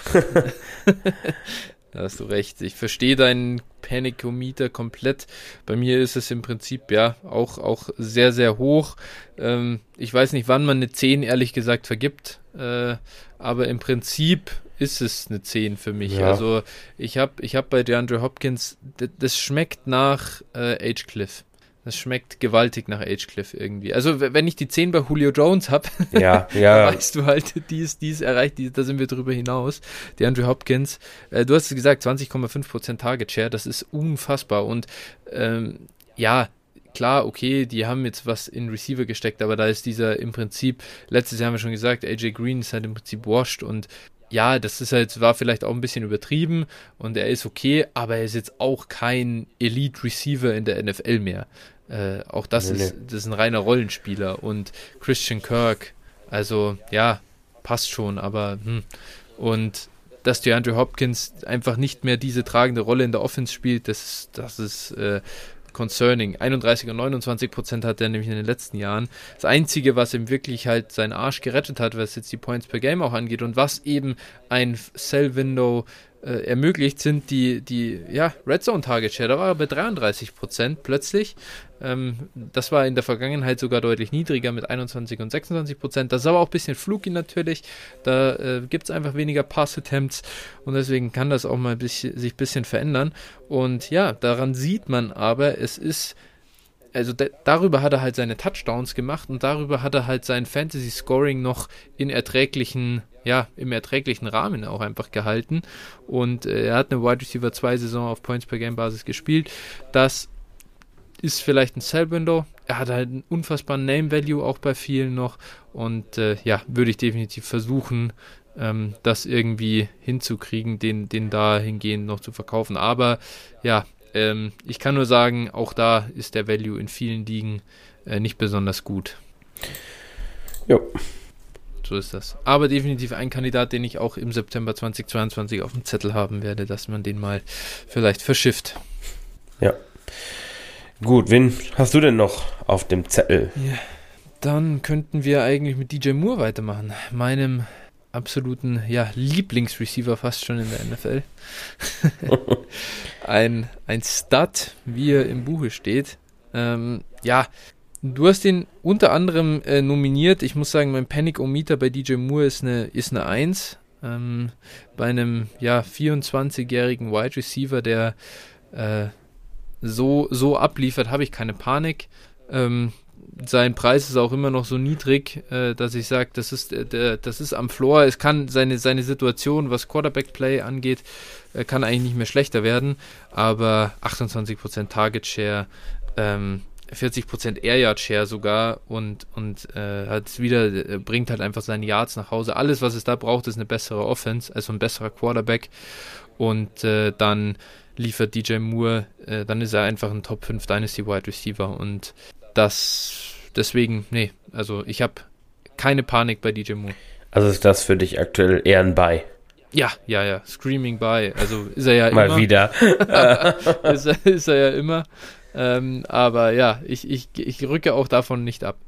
Speaker 1: Da hast du recht. Ich verstehe deinen Panikometer komplett. Bei mir ist es im Prinzip ja auch, auch sehr, sehr hoch. Ähm, ich weiß nicht, wann man eine zehn ehrlich gesagt vergibt, äh, aber im Prinzip ist es eine zehn für mich. Ja. Also ich habe ich hab bei DeAndre Hopkins, d- das schmeckt nach äh, H-Cliff. Das schmeckt gewaltig nach H-Cliff irgendwie. Also w- wenn ich die zehn bei Julio Jones habe,
Speaker 2: ja, ja.
Speaker 1: weißt du halt, die ist, die ist erreicht, die, da sind wir drüber hinaus. DeAndre Hopkins, äh, du hast es gesagt, zwanzig Komma fünf Prozent Target Share, das ist unfassbar. Und ähm, ja, klar, okay, die haben jetzt was in Receiver gesteckt, aber da ist dieser im Prinzip, letztes Jahr haben wir schon gesagt, A J Green ist halt im Prinzip washed, und ja, das ist halt, war vielleicht auch ein bisschen übertrieben und er ist okay, aber er ist jetzt auch kein Elite-Receiver in der N F L mehr. Äh, auch das nee, ist, nee. das ist ein reiner Rollenspieler, und Christian Kirk, also ja, passt schon, aber hm. Und dass DeAndre Hopkins einfach nicht mehr diese tragende Rolle in der Offense spielt, das, das ist äh, concerning. einunddreißig und neunundzwanzig Prozent hat er nämlich in den letzten Jahren. Das Einzige, was ihm wirklich halt seinen Arsch gerettet hat, was jetzt die Points per Game auch angeht und was eben ein Sell-Window äh, ermöglicht, sind die, die ja, Red Zone Target Share. Da war er bei dreiunddreißig Prozent plötzlich. Ähm, das war in der Vergangenheit sogar deutlich niedriger mit einundzwanzig und sechsundzwanzig Prozent. Das ist aber auch ein bisschen fluky natürlich. Da äh, gibt es einfach weniger Pass-Attempts und deswegen kann das auch mal ein bisschen, sich ein bisschen verändern. Und ja, daran sieht man aber, es ist, also de- darüber hat er halt seine Touchdowns gemacht und darüber hat er halt sein Fantasy-Scoring noch in erträglichen, ja, im erträglichen Rahmen auch einfach gehalten. Und äh, er hat eine Wide Receiver zwei Saison auf Points per Game Basis gespielt. Das ist vielleicht ein Sell-Window. Er hat halt einen unfassbaren Name-Value auch bei vielen noch. Und äh, ja, würde ich definitiv versuchen, ähm, das irgendwie hinzukriegen, den, den dahingehend noch zu verkaufen. Aber ja, ähm, ich kann nur sagen, auch da ist der Value in vielen Ligen äh, nicht besonders gut.
Speaker 2: Jo.
Speaker 1: So ist das. Aber definitiv ein Kandidat, den ich auch im September zweitausendzweiundzwanzig auf dem Zettel haben werde, dass man den mal vielleicht verschifft.
Speaker 2: Ja. Gut, wen hast du denn noch auf dem Zettel?
Speaker 1: Ja, dann könnten wir eigentlich mit D J Moore weitermachen. Meinem absoluten ja, Lieblingsreceiver fast schon in der N F L. ein, ein Stud, wie er im Buche steht. Ähm, ja, du hast ihn unter anderem äh, nominiert. Ich muss sagen, mein Panic-O-Meter bei D J Moore ist eine, ist eine eins. Ähm, bei einem ja, vierundzwanzigjährigen Wide Receiver, der äh, so, so abliefert, habe ich keine Panik. Ähm, sein Preis ist auch immer noch so niedrig, äh, dass ich sage, das ist, äh, das ist am Floor. Es kann seine, seine Situation, was Quarterback-Play angeht, äh, kann eigentlich nicht mehr schlechter werden. Aber achtundzwanzig Prozent Target Share, ähm, vierzig Prozent Air Yard Share sogar und, und äh, hat wieder, äh, bringt halt einfach seine Yards nach Hause. Alles, was es da braucht, ist eine bessere Offense, also ein besserer Quarterback. Und äh, dann liefert D J Moore, äh, dann ist er einfach ein Top fünf Dynasty Wide Receiver, und das, deswegen, nee, also ich habe keine Panik bei D J Moore.
Speaker 2: Also ist das für dich aktuell eher ein Buy?
Speaker 1: Ja, ja, ja, Screaming Buy, also ist er ja
Speaker 2: Mal
Speaker 1: immer.
Speaker 2: Mal wieder.
Speaker 1: ist, er, ist er ja immer, ähm, aber ja, ich, ich, ich rücke auch davon nicht ab.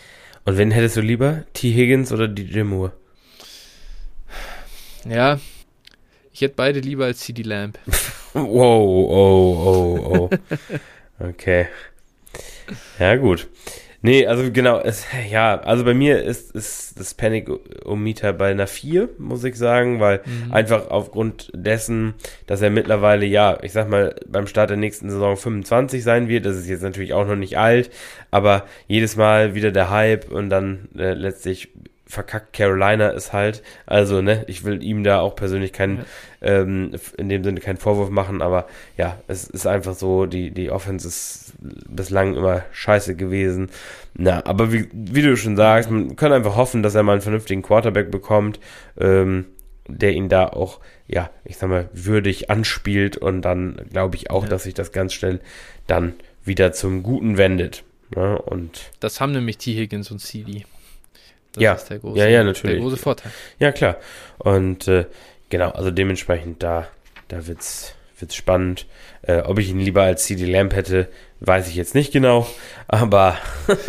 Speaker 2: Und wen hättest du lieber, T. Higgins oder D J Moore?
Speaker 1: Ja, Ich hätte beide lieber als CeeDee Lamb.
Speaker 2: Wow, oh, oh, oh. Okay. Ja, gut. Nee, also genau, es, ja, also bei mir ist, ist das Panic-O-Meter bei einer vier, muss ich sagen, weil mhm. einfach aufgrund dessen, dass er mittlerweile, ja, ich sag mal, beim Start der nächsten Saison fünfundzwanzig sein wird, das ist jetzt natürlich auch noch nicht alt, aber jedes Mal wieder der Hype und dann äh, letztlich verkackt Carolina es halt, also, ne, ich will ihm da auch persönlich keinen, ja. ähm, in dem Sinne keinen Vorwurf machen, aber ja, es ist einfach so, die, die Offense ist bislang immer scheiße gewesen, na, aber wie, wie du schon sagst, man kann einfach hoffen, dass er mal einen vernünftigen Quarterback bekommt, ähm, der ihn da auch, ja, ich sag mal, würdig anspielt und dann glaube ich auch, ja. dass sich das ganz schnell dann wieder zum Guten wendet, ne, und
Speaker 1: das haben nämlich T. Higgins und CeeDee. Das
Speaker 2: ja,
Speaker 1: ist der große,
Speaker 2: ja, ja, natürlich.
Speaker 1: Der große Vorteil.
Speaker 2: Ja, klar. Und äh, genau, also dementsprechend, da, da wird's, wird's spannend. Äh, ob ich ihn lieber als CeeDee Lamb hätte, weiß ich jetzt nicht genau, aber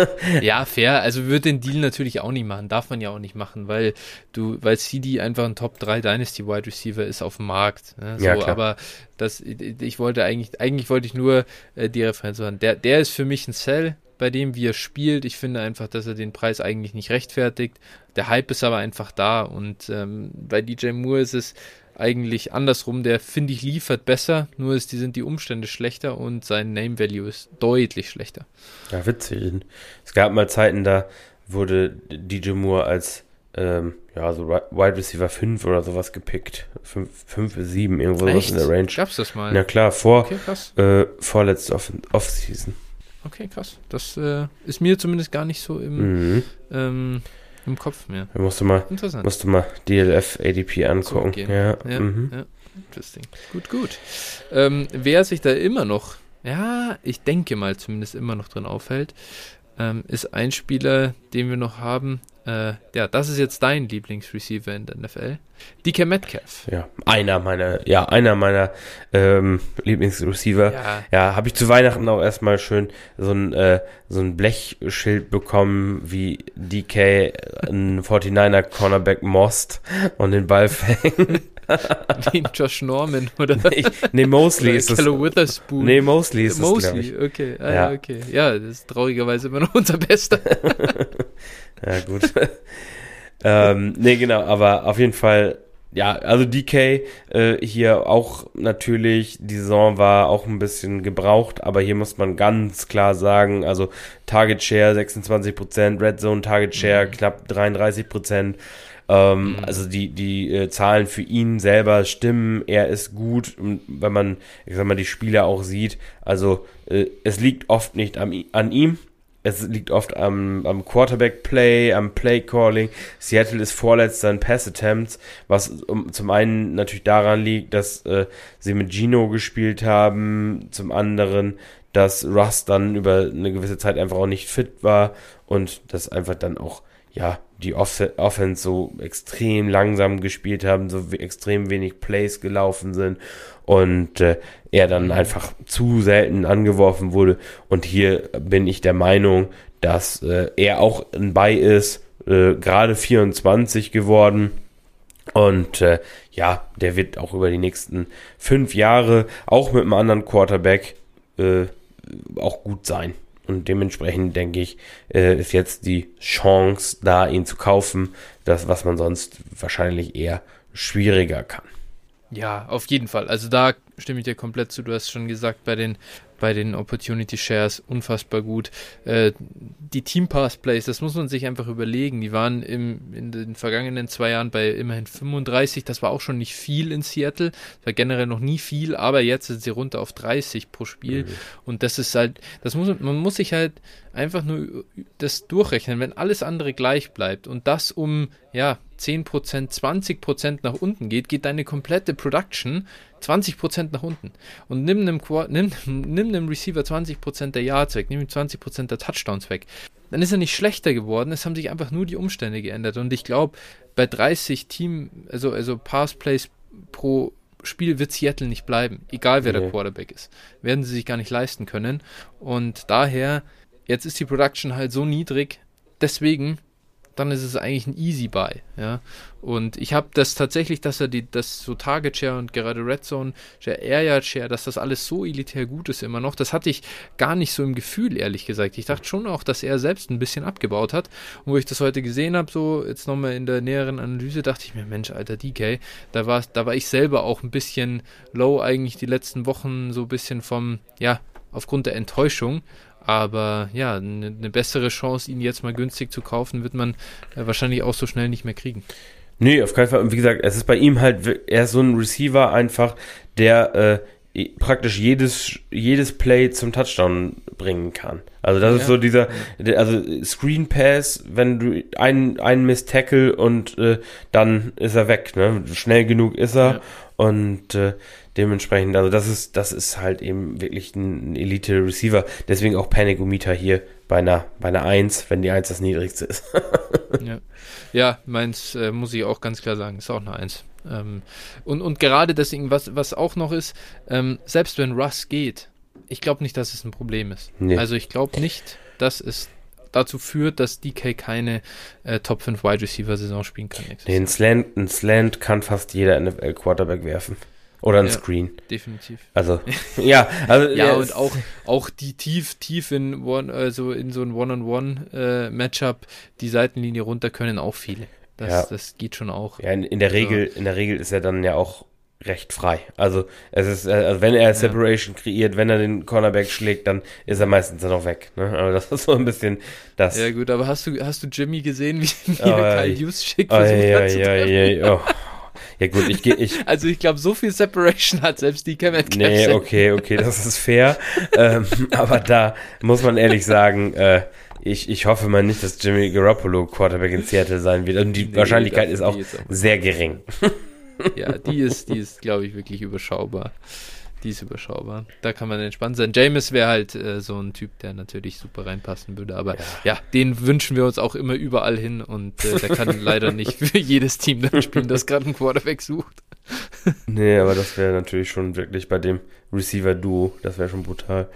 Speaker 1: ja, fair. Also würde den Deal natürlich auch nicht machen. Darf man ja auch nicht machen, weil du, weil CeeDee einfach ein Top drei Dynasty Wide Receiver ist auf dem Markt. Ne? So,
Speaker 2: ja, klar.
Speaker 1: Aber das, ich wollte eigentlich, eigentlich wollte ich nur äh, die Referenz machen. Der, der ist für mich ein Sell. Bei dem, wie er spielt. Ich finde einfach, dass er den Preis eigentlich nicht rechtfertigt. Der Hype ist aber einfach da und ähm, bei D J Moore ist es eigentlich andersrum. Der, finde ich, liefert besser, nur ist, die, sind die Umstände schlechter und sein Name Value ist deutlich schlechter.
Speaker 2: Ja, witzig. Es gab mal Zeiten, da wurde D J Moore als ähm, ja, so Wide Receiver fünf oder sowas gepickt. fünf bis sieben, irgendwo sowas in der Range.
Speaker 1: Gab's das mal?
Speaker 2: Na klar, vor
Speaker 1: okay,
Speaker 2: äh, vorletzte Off- Off-Season.
Speaker 1: Okay, krass. Das äh, ist mir zumindest gar nicht so im, mhm. ähm, im Kopf mehr.
Speaker 2: Da musst du mal,
Speaker 1: Interessant.
Speaker 2: musst du mal D L F A D P angucken.
Speaker 1: So,
Speaker 2: ja,
Speaker 1: ja,
Speaker 2: mhm.
Speaker 1: ja, interesting. Gut, gut. Ähm, wer sich da immer noch, ja, ich denke mal zumindest immer noch drin aufhält, ähm, ist ein Spieler, den wir noch haben. Äh, ja, das ist jetzt dein Lieblingsreceiver in der N F L. D K Metcalf.
Speaker 2: Ja, einer meiner, ja, einer meiner ähm, Lieblingsreceiver. Ja, ja habe ich zu Weihnachten auch erstmal schön so ein, äh, so ein Blechschild bekommen, wie D K ein forty-niner Cornerback most und den Ball fängt.
Speaker 1: Wie Josh Norman, oder?
Speaker 2: Nee, nee Mosley
Speaker 1: oder
Speaker 2: ist es.
Speaker 1: Witherspoon.
Speaker 2: Nee, Mosley ist es,
Speaker 1: Mosley, okay. Ah,
Speaker 2: ja.
Speaker 1: ja, okay. Ja, das ist traurigerweise immer noch unser Bester.
Speaker 2: Ja, gut. ähm, nee, genau, aber auf jeden Fall, ja, also D K äh, hier auch natürlich, die Saison war auch ein bisschen gebraucht, aber hier muss man ganz klar sagen, also Target Share sechsundzwanzig Prozent, Red Zone Target Share mhm. knapp dreiunddreißig Prozent. Ähm, mhm. Also die, die äh, Zahlen für ihn selber stimmen, er ist gut, und wenn man, ich sag mal, die Spieler auch sieht, also äh, es liegt oft nicht am, an ihm, es liegt oft am, am Quarterback-Play, am Play-Calling. Seattle ist vorletzter in Pass-Attempts, was um, zum einen natürlich daran liegt, dass äh, sie mit Gino gespielt haben, zum anderen, dass Russ dann über eine gewisse Zeit einfach auch nicht fit war und das einfach dann auch ja, die Off- Offense so extrem langsam gespielt haben, so we- extrem wenig Plays gelaufen sind und äh, er dann einfach zu selten angeworfen wurde. Und hier bin ich der Meinung, dass äh, er auch ein Buy ist, äh, gerade vierundzwanzig geworden. Und äh, ja, der wird auch über die nächsten fünf Jahre, auch mit einem anderen Quarterback, äh, auch gut sein. Und dementsprechend, denke ich, äh, ist jetzt die Chance da, ihn zu kaufen, das, was man sonst wahrscheinlich eher schwieriger kann.
Speaker 1: Ja, auf jeden Fall. Also da stimme ich dir komplett zu. Du hast schon gesagt, bei den bei den Opportunity Shares unfassbar gut. Äh, die Team Pass Plays, das muss man sich einfach überlegen. Die waren im, in den vergangenen zwei Jahren bei immerhin fünfunddreißig. Das war auch schon nicht viel in Seattle. Das war generell noch nie viel, aber jetzt sind sie runter auf dreißig pro Spiel. Mhm. Und das ist halt, das muss man muss sich halt einfach nur das durchrechnen, wenn alles andere gleich bleibt und das um ja zehn Prozent, zwanzig Prozent nach unten geht, geht deine komplette Production zwanzig Prozent nach unten. Und nimm einem, nimm, nimm einem Receiver zwanzig Prozent der Yards weg, nimm ihm zwanzig Prozent der Touchdowns weg. Dann ist er nicht schlechter geworden, es haben sich einfach nur die Umstände geändert. Und ich glaube, bei dreißig Team, also, also Pass-Plays pro Spiel wird Seattle nicht bleiben, egal wer nee. der Quarterback ist. Werden sie sich gar nicht leisten können. Und daher, jetzt ist die Production halt so niedrig, deswegen dann ist es eigentlich ein easy Buy, ja. Und ich habe das tatsächlich, dass er die, das so Target Share und gerade Red Zone Share, Air Yard Share, dass das alles so elitär gut ist immer noch, das hatte ich gar nicht so im Gefühl, ehrlich gesagt. Ich dachte schon auch, dass er selbst ein bisschen abgebaut hat. Und wo ich das heute gesehen habe, so jetzt nochmal in der näheren Analyse, dachte ich mir, Mensch, Alter, D K, da war, da war ich selber auch ein bisschen low eigentlich die letzten Wochen, so ein bisschen vom, ja, aufgrund der Enttäuschung. Aber ja, eine, eine bessere Chance, ihn jetzt mal günstig zu kaufen, wird man äh, wahrscheinlich auch so schnell nicht mehr kriegen.
Speaker 2: Nee, auf keinen Fall. Und wie gesagt, es ist bei ihm halt, er ist so ein Receiver einfach, der äh, praktisch jedes, jedes Play zum Touchdown bringen kann. Also das ja. ist so dieser, also Screen Pass, wenn du einen, einen Miss Tackle und äh, dann ist er weg, ne? Schnell genug ist er ja. und äh, dementsprechend, also das ist, das ist halt eben wirklich ein Elite-Receiver. Deswegen auch Panic-O-Meter hier bei einer, bei einer eins, wenn die eins das niedrigste ist.
Speaker 1: ja. ja, meins äh, muss ich auch ganz klar sagen, ist auch eine eins. Ähm, und, und gerade deswegen, was, was auch noch ist, ähm, selbst wenn Russ geht, ich glaube nicht, dass es ein Problem ist. Nee. Also ich glaube nicht, dass es dazu führt, dass D K keine äh, Top fünf Wide Receiver Saison spielen kann.
Speaker 2: Nee, ein Slant, ein Slant kann fast jeder N F L Quarterback werfen. Oder ein ja, Screen.
Speaker 1: Definitiv.
Speaker 2: Also, ja. Also,
Speaker 1: ja, und auch, auch die tief, tief in, one, also in so ein One-on-One-Matchup äh, die Seitenlinie runter können auch viele. Das, ja. das geht schon auch.
Speaker 2: Ja, in, in der Regel, in der Regel ist er dann ja auch recht frei. Also, es ist, also wenn er Separation ja. kreiert, wenn er den Cornerback schlägt, dann ist er meistens dann auch weg. Ne? Also das ist so ein bisschen das.
Speaker 1: Ja gut, aber hast du, hast du Jimmy gesehen, wie, wie oh, er Kyle Juszczyk
Speaker 2: oh,
Speaker 1: versucht
Speaker 2: ja,
Speaker 1: hat zu
Speaker 2: ja,
Speaker 1: treffen?
Speaker 2: ja, oh. Ja gut, ich gehe... Ich,
Speaker 1: also ich glaube, so viel Separation hat selbst die Cam Metcalf.
Speaker 2: Nee, okay, okay, das ist fair. ähm, aber da muss man ehrlich sagen, äh, ich, ich hoffe mal nicht, dass Jimmy Garoppolo Quarterback in Seattle sein wird. Und die nee, Wahrscheinlichkeit ist auch, ist auch sehr gering.
Speaker 1: Ja, die ist, die ist, glaube ich, wirklich überschaubar. Die ist überschaubar. Da kann man entspannt sein. Jameis wäre halt äh, so ein Typ, der natürlich super reinpassen würde. Aber ja, ja den wünschen wir uns auch immer überall hin. Und äh, der kann leider nicht für jedes Team dann spielen, das gerade einen Quarterback sucht.
Speaker 2: Nee, aber das wäre natürlich schon wirklich bei dem Receiver-Duo, das wäre schon brutal.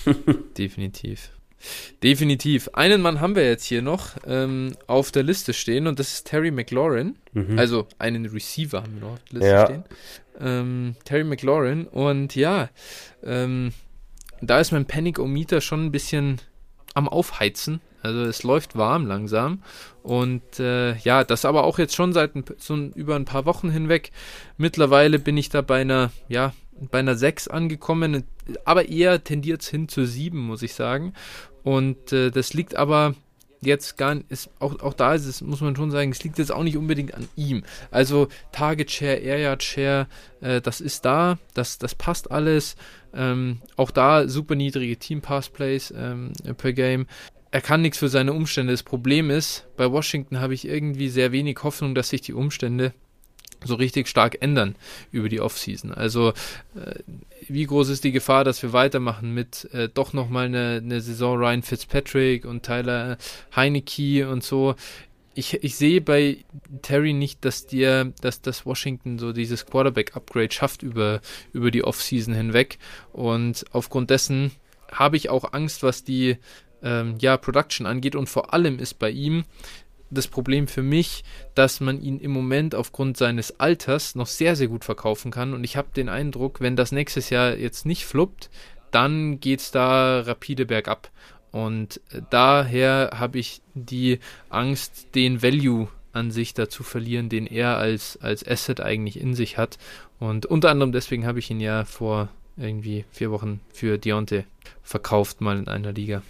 Speaker 1: Definitiv. Definitiv. Einen Mann haben wir jetzt hier noch ähm, auf der Liste stehen und das ist Terry McLaurin. Mhm. Also einen Receiver haben wir noch auf der Liste ja. stehen. Ähm, Terry McLaurin und ja, ähm, da ist mein Panic-O-Meter schon ein bisschen am Aufheizen. Also es läuft warm langsam und äh, ja, das aber auch jetzt schon seit ein, so ein, über ein paar Wochen hinweg. Mittlerweile bin ich da bei einer, ja, bei einer sechs angekommen, aber eher tendiert es hin zur sieben, muss ich sagen. Und äh, das liegt aber jetzt gar nicht, ist, auch, auch da ist es, muss man schon sagen, es liegt jetzt auch nicht unbedingt an ihm. Also Target Share, Air Yard Share, äh, das ist da, das, das passt alles. Ähm, auch da super niedrige Team Pass Plays ähm, per Game. Er kann nichts für seine Umstände. Das Problem ist, bei Washington habe ich irgendwie sehr wenig Hoffnung, dass sich die Umstände so richtig stark ändern über die Offseason. Also äh, wie groß ist die Gefahr, dass wir weitermachen mit äh, doch nochmal eine, eine Saison Ryan Fitzpatrick und Tyler Heineke und so. Ich, ich sehe bei Terry nicht, dass dir, dass das Washington so dieses Quarterback-Upgrade schafft über, über die Offseason hinweg. Und aufgrund dessen habe ich auch Angst, was die ähm, ja, Production angeht. Und vor allem ist bei ihm das Problem für mich, dass man ihn im Moment aufgrund seines Alters noch sehr, sehr gut verkaufen kann. Und ich habe den Eindruck, wenn das nächstes Jahr jetzt nicht fluppt, dann geht es da rapide bergab. Und daher habe ich die Angst, den Value an sich da zu verlieren, den er als, als Asset eigentlich in sich hat. Und unter anderem deswegen habe ich ihn ja vor irgendwie vier Wochen für Deontay verkauft, mal in einer Liga.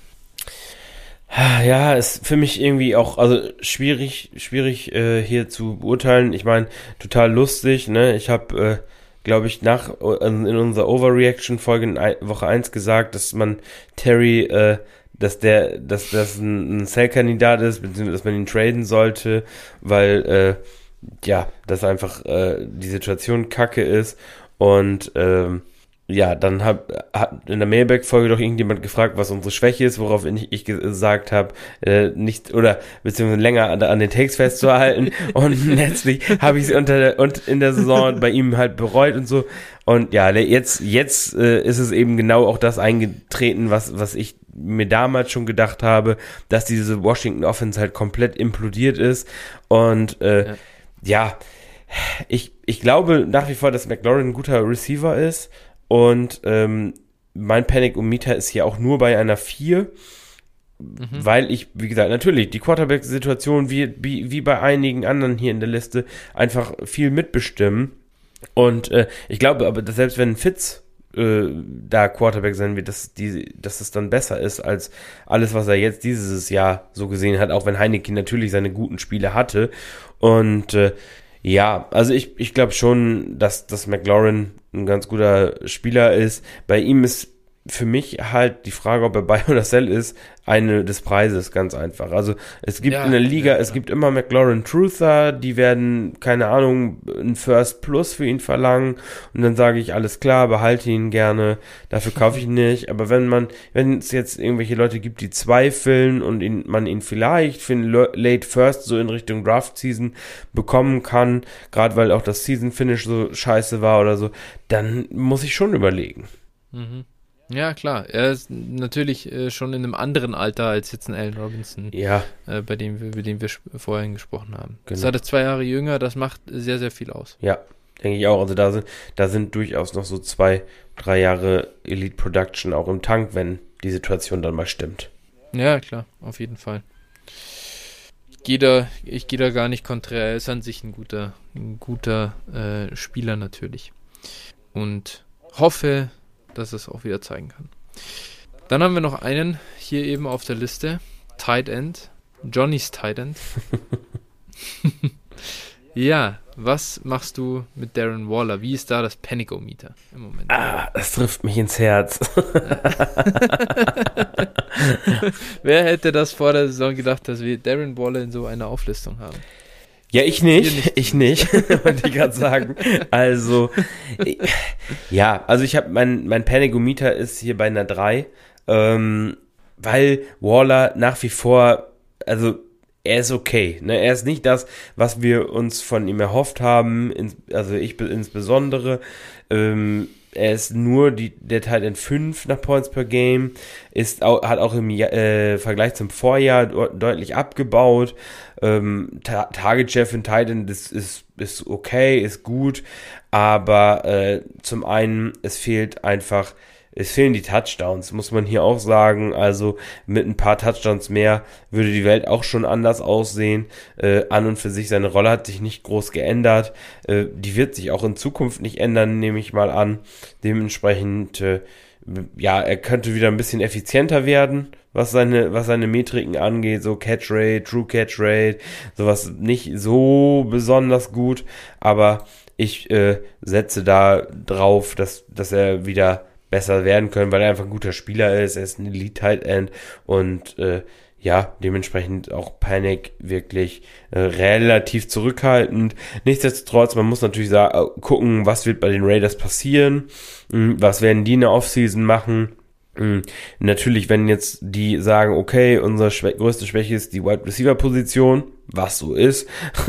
Speaker 2: Ja, ist für mich irgendwie auch, also schwierig, schwierig äh, hier zu beurteilen. Ich meine, total lustig, ne? Ich habe, äh, glaube ich, nach äh, in unserer Overreaction-Folge in ein, Woche eins gesagt, dass man Terry, äh, dass der, dass das ein, ein Sell-Kandidat ist, beziehungsweise dass man ihn traden sollte, weil äh, ja, dass einfach äh, die Situation kacke ist und ähm, ja, dann hab, hat in der Mailback-Folge doch irgendjemand gefragt, was unsere Schwäche ist, worauf ich, ich gesagt habe, äh, nicht, oder beziehungsweise länger an, an den Takes festzuhalten und letztlich habe ich es unter der, und in der Saison bei ihm halt bereut und so und ja, jetzt, jetzt äh, ist es eben genau auch das eingetreten, was, was ich mir damals schon gedacht habe, dass diese Washington Offense halt komplett implodiert ist. Und äh, ja. ja, ich, ich glaube nach wie vor, dass McLaurin ein guter Receiver ist. Und ähm, mein Panic-O-Meter ist hier auch nur bei einer vier. Mhm. Weil ich, wie gesagt, natürlich die Quarterback-Situation wie, wie, wie bei einigen anderen hier in der Liste einfach viel mitbestimmen. Und äh, ich glaube aber, dass selbst wenn Fitz äh, da Quarterback sein wird, dass, die, dass es dann besser ist als alles, was er jetzt dieses Jahr so gesehen hat, auch wenn Heineke natürlich seine guten Spiele hatte. Und äh, ja, also ich, ich glaube schon, dass, dass McLaurin ein ganz guter Spieler ist. Bei ihm ist für mich halt die Frage, ob er Buy oder Sell ist, eine des Preises, ganz einfach. Also es gibt ja, in der Liga, ja, es gibt immer McLaurin Truther, die werden, keine Ahnung, ein First Plus für ihn verlangen und dann sage ich, alles klar, behalte ihn gerne, dafür kaufe ich ihn nicht. Aber wenn man, wenn es jetzt irgendwelche Leute gibt, die zweifeln und ihn, man ihn vielleicht für einen Late First so in Richtung Draft Season bekommen kann, gerade weil auch das Season Finish so scheiße war oder so, dann muss ich schon überlegen.
Speaker 1: Mhm. Ja, klar. Er ist natürlich äh, schon in einem anderen Alter als jetzt ein Allen Robinson,
Speaker 2: ja.
Speaker 1: äh, bei dem wir, über den wir sp- vorhin gesprochen haben.
Speaker 2: Genau.
Speaker 1: Ist er zwei Jahre jünger, das macht sehr, sehr viel aus.
Speaker 2: Ja, denke ich auch. Also da sind, da sind durchaus noch so zwei, drei Jahre Elite Production auch im Tank, wenn die Situation dann mal stimmt.
Speaker 1: Ja, klar, auf jeden Fall. Ich gehe da, ich gehe da gar nicht konträr. Er ist an sich ein guter, ein guter äh, Spieler natürlich. Und hoffe, dass es auch wieder zeigen kann. Dann haben wir noch einen hier eben auf der Liste. Tight End. Johnny's Tight End. Ja, was machst du mit Darren Waller? Wie ist da das Panic-O-Meter im Moment?
Speaker 2: Ah, das trifft mich ins Herz.
Speaker 1: Wer hätte das vor der Saison gedacht, dass wir Darren Waller in so einer Auflistung haben?
Speaker 2: Ja, ich nicht, nicht ich nicht, wollte ich gerade sagen. Also, ja, also ich habe, mein, mein Panic-O-Meter ist hier bei einer drei, ähm, weil Waller nach wie vor, also er ist okay, ne? Er ist nicht das, was wir uns von ihm erhofft haben, ins, also ich insbesondere, ähm, er ist nur die, der Tight End fünf nach Points per Game, ist auch, hat auch im äh, Vergleich zum Vorjahr de- deutlich abgebaut. Ähm, Ta- Target Share für ein Tight End ist, ist, ist okay, ist gut, aber äh, zum einen, es fehlt einfach, es fehlen die Touchdowns, muss man hier auch sagen. Also mit ein paar Touchdowns mehr würde die Welt auch schon anders aussehen. Äh, an und für sich, seine Rolle hat sich nicht groß geändert. Äh, die wird sich auch in Zukunft nicht ändern, nehme ich mal an. Dementsprechend, äh, ja, er könnte wieder ein bisschen effizienter werden, was seine, was seine Metriken angeht, so Catch Rate, True Catch Rate, sowas nicht so besonders gut. Aber ich äh, setze da drauf, dass, dass er wieder besser werden können, weil er einfach ein guter Spieler ist, er ist ein Elite-Tight End und äh, ja, dementsprechend auch Panic wirklich äh, relativ zurückhaltend. Nichtsdestotrotz, man muss natürlich sa- gucken, was wird bei den Raiders passieren, mh, was werden die in der Offseason machen. Mhm. Natürlich, wenn jetzt die sagen, okay, unsere schwä- größte Schwäche ist die Wide Receiver Position, was so ist,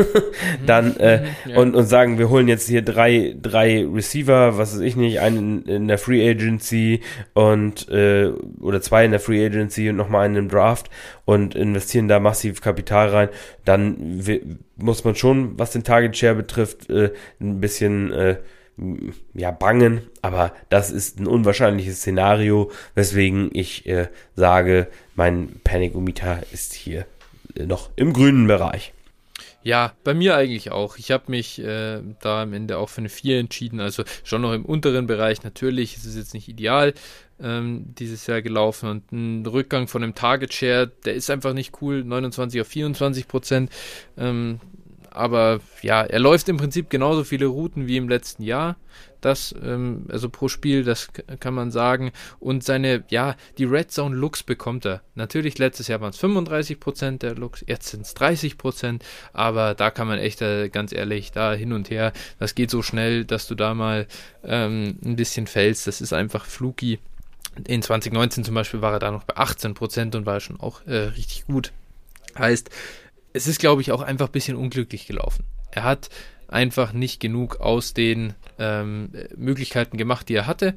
Speaker 2: dann äh, ja. und und sagen, wir holen jetzt hier drei drei Receiver, was weiß ich nicht, einen in, in der Free Agency und äh, oder zwei in der Free Agency und nochmal einen im Draft und investieren da massiv Kapital rein, dann w- muss man schon, was den Target Share betrifft, äh, ein bisschen äh, ja, bangen, aber das ist ein unwahrscheinliches Szenario, weswegen ich äh, sage, mein Panic-O-Meter ist hier äh, noch im grünen Bereich.
Speaker 1: Ja, bei mir eigentlich auch. Ich habe mich äh, da am Ende auch für eine vier entschieden, also schon noch im unteren Bereich. Natürlich ist es jetzt nicht ideal ähm, dieses Jahr gelaufen und ein Rückgang von dem Target Share, der ist einfach nicht cool, neunundzwanzig auf vierundzwanzig Prozent. Ähm, Aber ja, er läuft im Prinzip genauso viele Routen wie im letzten Jahr. Das, ähm, also pro Spiel, das k- kann man sagen. Und seine, ja, die Red Zone Looks bekommt er. Natürlich, letztes Jahr waren es fünfunddreißig Prozent der Looks, jetzt sind es dreißig Prozent. Aber da kann man echt, äh, ganz ehrlich, da hin und her, das geht so schnell, dass du da mal ähm, ein bisschen fällst. Das ist einfach fluky. In zwanzig neunzehn zum Beispiel war er da noch bei achtzehn Prozent und war schon auch äh, richtig gut. Heißt, es ist, glaube ich, auch einfach ein bisschen unglücklich gelaufen. Er hat einfach nicht genug aus den ähm, Möglichkeiten gemacht, die er hatte,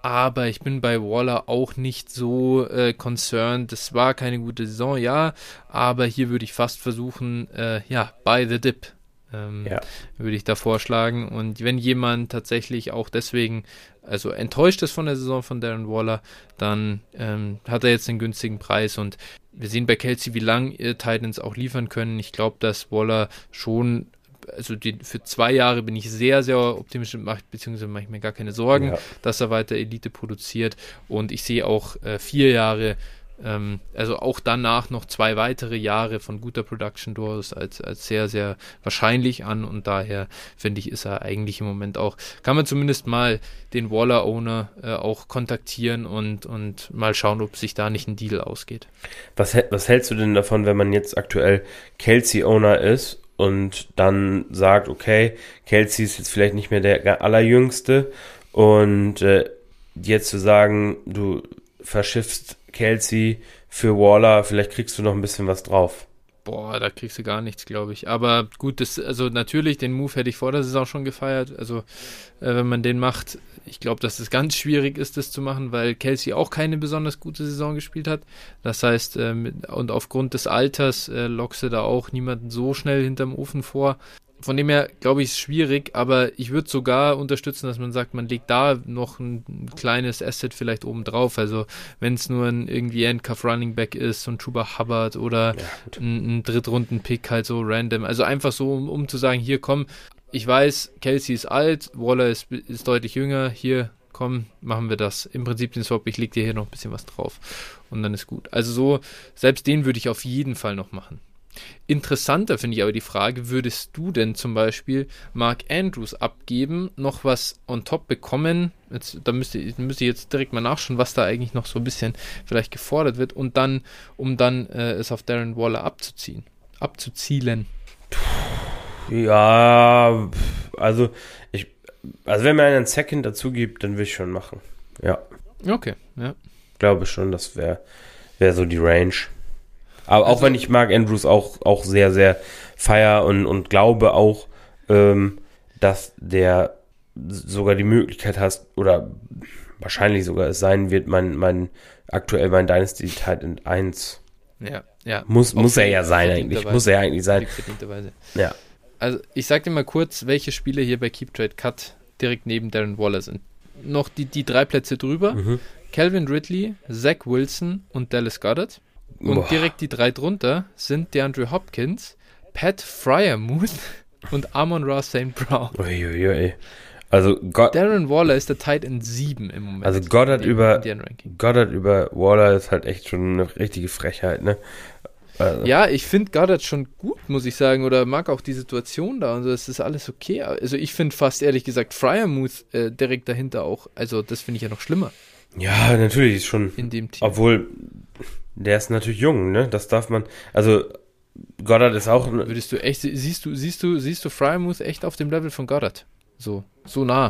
Speaker 1: aber ich bin bei Waller auch nicht so äh, concerned. Das war keine gute Saison, ja, aber hier würde ich fast versuchen, äh, ja, buy the dip. Ähm, ja. Würde ich da vorschlagen. Und wenn jemand tatsächlich auch deswegen also enttäuscht ist von der Saison von Darren Waller, dann ähm, hat er jetzt einen günstigen Preis. Und wir sehen bei Kelce, wie lange Titans auch liefern können. Ich glaube, dass Waller schon, also die, für zwei Jahre bin ich sehr, sehr optimistisch gemacht, beziehungsweise mache ich mir gar keine Sorgen, ja. dass er weiter Elite produziert. Und ich sehe auch äh, vier Jahre, ähm, also auch danach noch zwei weitere Jahre von guter Production durchaus als, als sehr, sehr wahrscheinlich an. Und daher finde ich, ist er eigentlich im Moment auch, kann man zumindest mal den Waller-Owner äh, auch kontaktieren und, und mal schauen, ob sich da nicht ein Deal ausgeht.
Speaker 2: Was, was hältst du denn davon, wenn man jetzt aktuell Kelce-Owner ist und dann sagt, okay, Kelce ist jetzt vielleicht nicht mehr der allerjüngste und äh, jetzt zu sagen, du verschiffst Kelce für Waller, vielleicht kriegst du noch ein bisschen was drauf.
Speaker 1: Boah, da kriegst du gar nichts, glaube ich. Aber gut, das, also natürlich, den Move hätte ich vor der Saison schon gefeiert. Also äh, wenn man den macht, ich glaube, dass es ganz schwierig ist, das zu machen, weil Kelce auch keine besonders gute Saison gespielt hat. Das heißt, äh, mit, und aufgrund des Alters äh, lockst du da auch niemanden so schnell hinterm Ofen vor. Von dem her, glaube ich, ist es schwierig, aber ich würde sogar unterstützen, dass man sagt, man legt da noch ein, ein kleines Asset vielleicht oben drauf. Also wenn es nur ein irgendwie Handcuff Running Back ist, so ein Chuba Hubbard oder ja, ein, ein Drittrunden-Pick halt so random. Also einfach so, um, um zu sagen, hier komm, ich weiß, Kelce ist alt, Waller ist, ist deutlich jünger, hier komm, machen wir das. Im Prinzip den Swap, ich leg dir hier noch ein bisschen was drauf und dann ist gut. Also so, selbst den würde ich auf jeden Fall noch machen. Interessanter finde ich aber die Frage, würdest du denn zum Beispiel Mark Andrews abgeben, noch was on top bekommen, jetzt, da müsste, müsste ich jetzt direkt mal nachschauen, was da eigentlich noch so ein bisschen vielleicht gefordert wird und dann, um dann äh, es auf Darren Waller abzuziehen, abzuzielen?
Speaker 2: Ja, also ich, also wenn mir einen Second dazu gibt, dann will ich schon machen, ja.
Speaker 1: Okay, ja.
Speaker 2: Glaube schon, das wäre wär so die Range. Aber also, auch wenn ich Mark Andrews auch, auch sehr, sehr feier und, und glaube auch, ähm, dass der sogar die Möglichkeit hat, oder wahrscheinlich sogar es sein wird, mein, mein aktuell mein Dynasty Titan eins.
Speaker 1: Ja, ja.
Speaker 2: Muss, muss er ja sein eigentlich. Muss er ja eigentlich sein.
Speaker 1: Ja. Also ich sag dir mal kurz, welche Spiele hier bei Keep Trade Cut direkt neben Darren Waller sind. Noch die, die drei Plätze drüber. Mhm. Calvin Ridley, Zach Wilson und Dallas Goedert. Und Boah. direkt die drei drunter sind DeAndre Hopkins, Pat Freiermuth und Amon-Ra Saint Brown.
Speaker 2: Uiuiui. Also God-
Speaker 1: Darren Waller ist der Tight End sieben im Moment.
Speaker 2: Also Goddard über, Goddard über Waller ist halt echt schon eine richtige Frechheit, ne?
Speaker 1: Also. Ja, ich finde Goddard schon gut, muss ich sagen, oder mag auch die Situation da und so, es ist alles okay. Also ich finde fast ehrlich gesagt Freiermuth äh, direkt dahinter auch, also das finde ich ja noch schlimmer.
Speaker 2: Ja, natürlich ist schon,
Speaker 1: in dem Team.
Speaker 2: Obwohl der ist natürlich jung, ne? Das darf man. Also Goddard ist auch.
Speaker 1: Würdest du echt, siehst du, siehst du, siehst du Freiermuth echt auf dem Level von Goddard? So, so nah.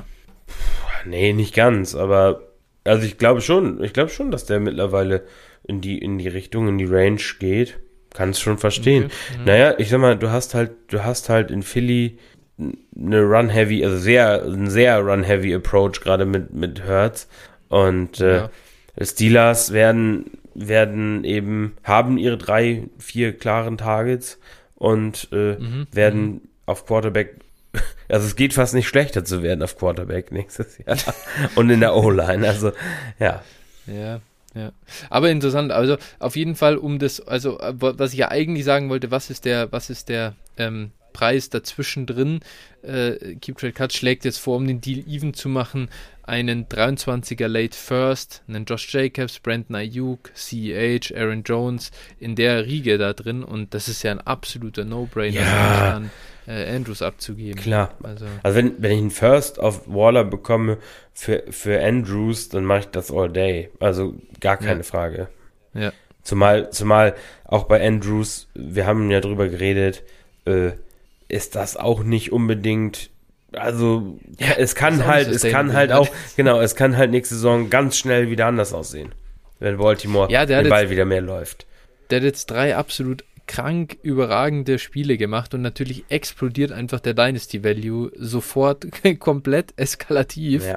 Speaker 2: Nee, nicht ganz, aber also ich glaube schon, ich glaube schon, dass der mittlerweile in die, in die Richtung, in die Range geht. Kannst schon verstehen. Okay. Mhm. Naja, ich sag mal, du hast halt, du hast halt in Philly eine Run-Heavy, also sehr, ein sehr Run-Heavy Approach, gerade mit, mit Hurts. Und äh, ja. Steelers werden werden eben, haben ihre drei, vier klaren Targets und äh, mhm. werden mhm. auf Quarterback, also es geht fast nicht schlechter zu werden auf Quarterback nächstes Jahr und in der O-Line, also ja.
Speaker 1: Ja, ja. Aber interessant, also auf jeden Fall um das, also was ich ja eigentlich sagen wollte, was ist der, was ist der ähm, Preis dazwischen drin? Äh, Keep Trade Cut schlägt jetzt vor, um den Deal even zu machen, einen dreiundzwanziger Late First, einen Josh Jacobs, Brandon Ayuk, C E H, Aaron Jones in der Riege da drin und das ist ja ein absoluter No-Brainer,
Speaker 2: ja.
Speaker 1: dann äh, Andrews abzugeben.
Speaker 2: Klar. Also, also wenn, wenn ich einen First auf Waller bekomme für, für Andrews, dann mache ich das all day. Also gar keine ja. Frage.
Speaker 1: Ja.
Speaker 2: Zumal, zumal auch bei Andrews, wir haben ja drüber geredet, äh, ist das auch nicht unbedingt. Also, ja, es kann halt, es kann halt auch, genau, es kann halt nächste Saison ganz schnell wieder anders aussehen, wenn Baltimore
Speaker 1: ja, der
Speaker 2: den Ball
Speaker 1: jetzt,
Speaker 2: wieder mehr läuft.
Speaker 1: Der hat jetzt drei absolut krank überragende Spiele gemacht und natürlich explodiert einfach der Dynasty Value sofort komplett eskalativ.
Speaker 2: Ja.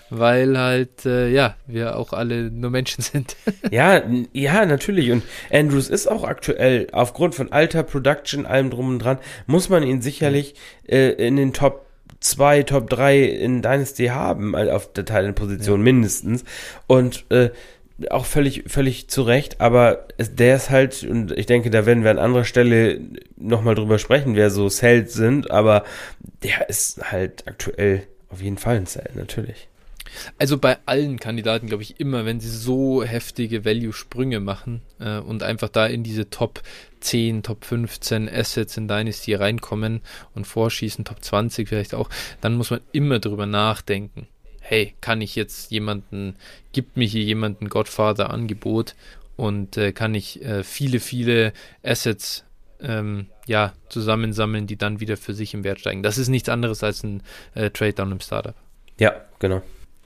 Speaker 1: weil halt, äh, ja, wir auch alle nur Menschen sind.
Speaker 2: Ja, ja, natürlich. Und Andrews ist auch aktuell, aufgrund von Alter, Production, allem drum und dran, muss man ihn sicherlich äh, in den Top zwei, Top drei in Dynasty haben, also auf der Teilenposition ja. mindestens. Und äh, auch völlig, völlig zu Recht, aber es, der ist halt, und ich denke, da werden wir an anderer Stelle nochmal drüber sprechen, wer so Cells sind, aber der ist halt aktuell auf jeden Fall ein Cell, natürlich.
Speaker 1: Also bei allen Kandidaten, glaube ich, immer, wenn sie so heftige Value-Sprünge machen äh, und einfach da in diese Top zehn, Top fünfzehn Assets in Dynasty reinkommen und vorschießen, Top zwanzig vielleicht auch, dann muss man immer drüber nachdenken. Hey, kann ich jetzt jemanden, gibt mir hier jemand ein Godfather-Angebot und äh, kann ich äh, viele, viele Assets ähm, ja, zusammensammeln, die dann wieder für sich im Wert steigen. Das ist nichts anderes als ein äh, Trade-Down im Startup.
Speaker 2: Ja, genau.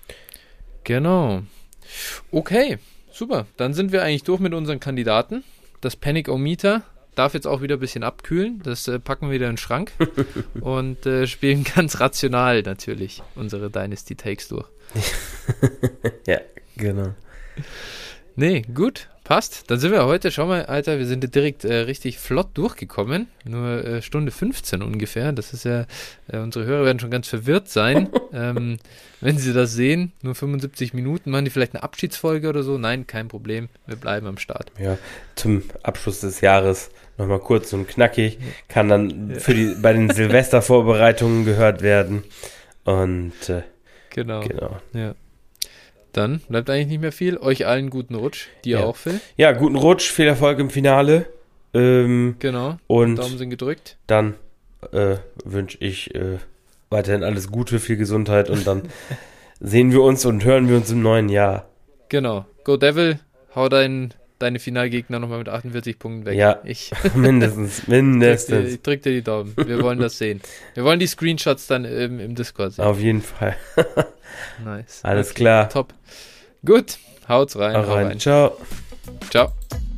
Speaker 1: Genau. Okay, super. Dann sind wir eigentlich durch mit unseren Kandidaten. Das Panic-O-Meter darf jetzt auch wieder ein bisschen abkühlen. Das äh, packen wir wieder in den Schrank und äh, spielen ganz rational natürlich unsere Dynasty Takes durch.
Speaker 2: Ja, genau.
Speaker 1: Nee, gut, passt. Dann sind wir heute, schau mal, Alter, wir sind direkt äh, richtig flott durchgekommen. Nur äh, Stunde fünfzehn ungefähr. Das ist ja, äh, unsere Hörer werden schon ganz verwirrt sein, ähm, wenn sie das sehen. Nur fünfundsiebzig Minuten. Machen die vielleicht eine Abschiedsfolge oder so? Nein, kein Problem. Wir bleiben am Start.
Speaker 2: Ja, zum Abschluss des Jahres nochmal kurz und knackig. Kann dann ja. für die bei den Silvestervorbereitungen gehört werden. Und äh,
Speaker 1: genau.
Speaker 2: genau.
Speaker 1: Ja. Dann bleibt eigentlich nicht mehr viel. Euch allen guten Rutsch. Dir
Speaker 2: ja.
Speaker 1: auch, Phil.
Speaker 2: Ja, guten Rutsch. Viel Erfolg im Finale. Ähm,
Speaker 1: genau.
Speaker 2: Und
Speaker 1: Daumen sind gedrückt.
Speaker 2: Dann äh, wünsche ich äh, weiterhin alles Gute, viel Gesundheit und dann sehen wir uns und hören wir uns im neuen Jahr.
Speaker 1: Genau. Go Devil. Hau dein, deine Finalgegner nochmal mit achtundvierzig Punkten weg.
Speaker 2: Ja,
Speaker 1: ich.
Speaker 2: mindestens. mindestens.
Speaker 1: Drück dir, ich drück dir die Daumen. Wir wollen das sehen. Wir wollen die Screenshots dann im, im Discord sehen.
Speaker 2: Auf jeden Fall.
Speaker 1: Nice.
Speaker 2: Alles
Speaker 1: okay,
Speaker 2: klar.
Speaker 1: Top. Gut. Haut's rein.
Speaker 2: Hau rein.
Speaker 1: rein.
Speaker 2: Ciao.
Speaker 1: Ciao.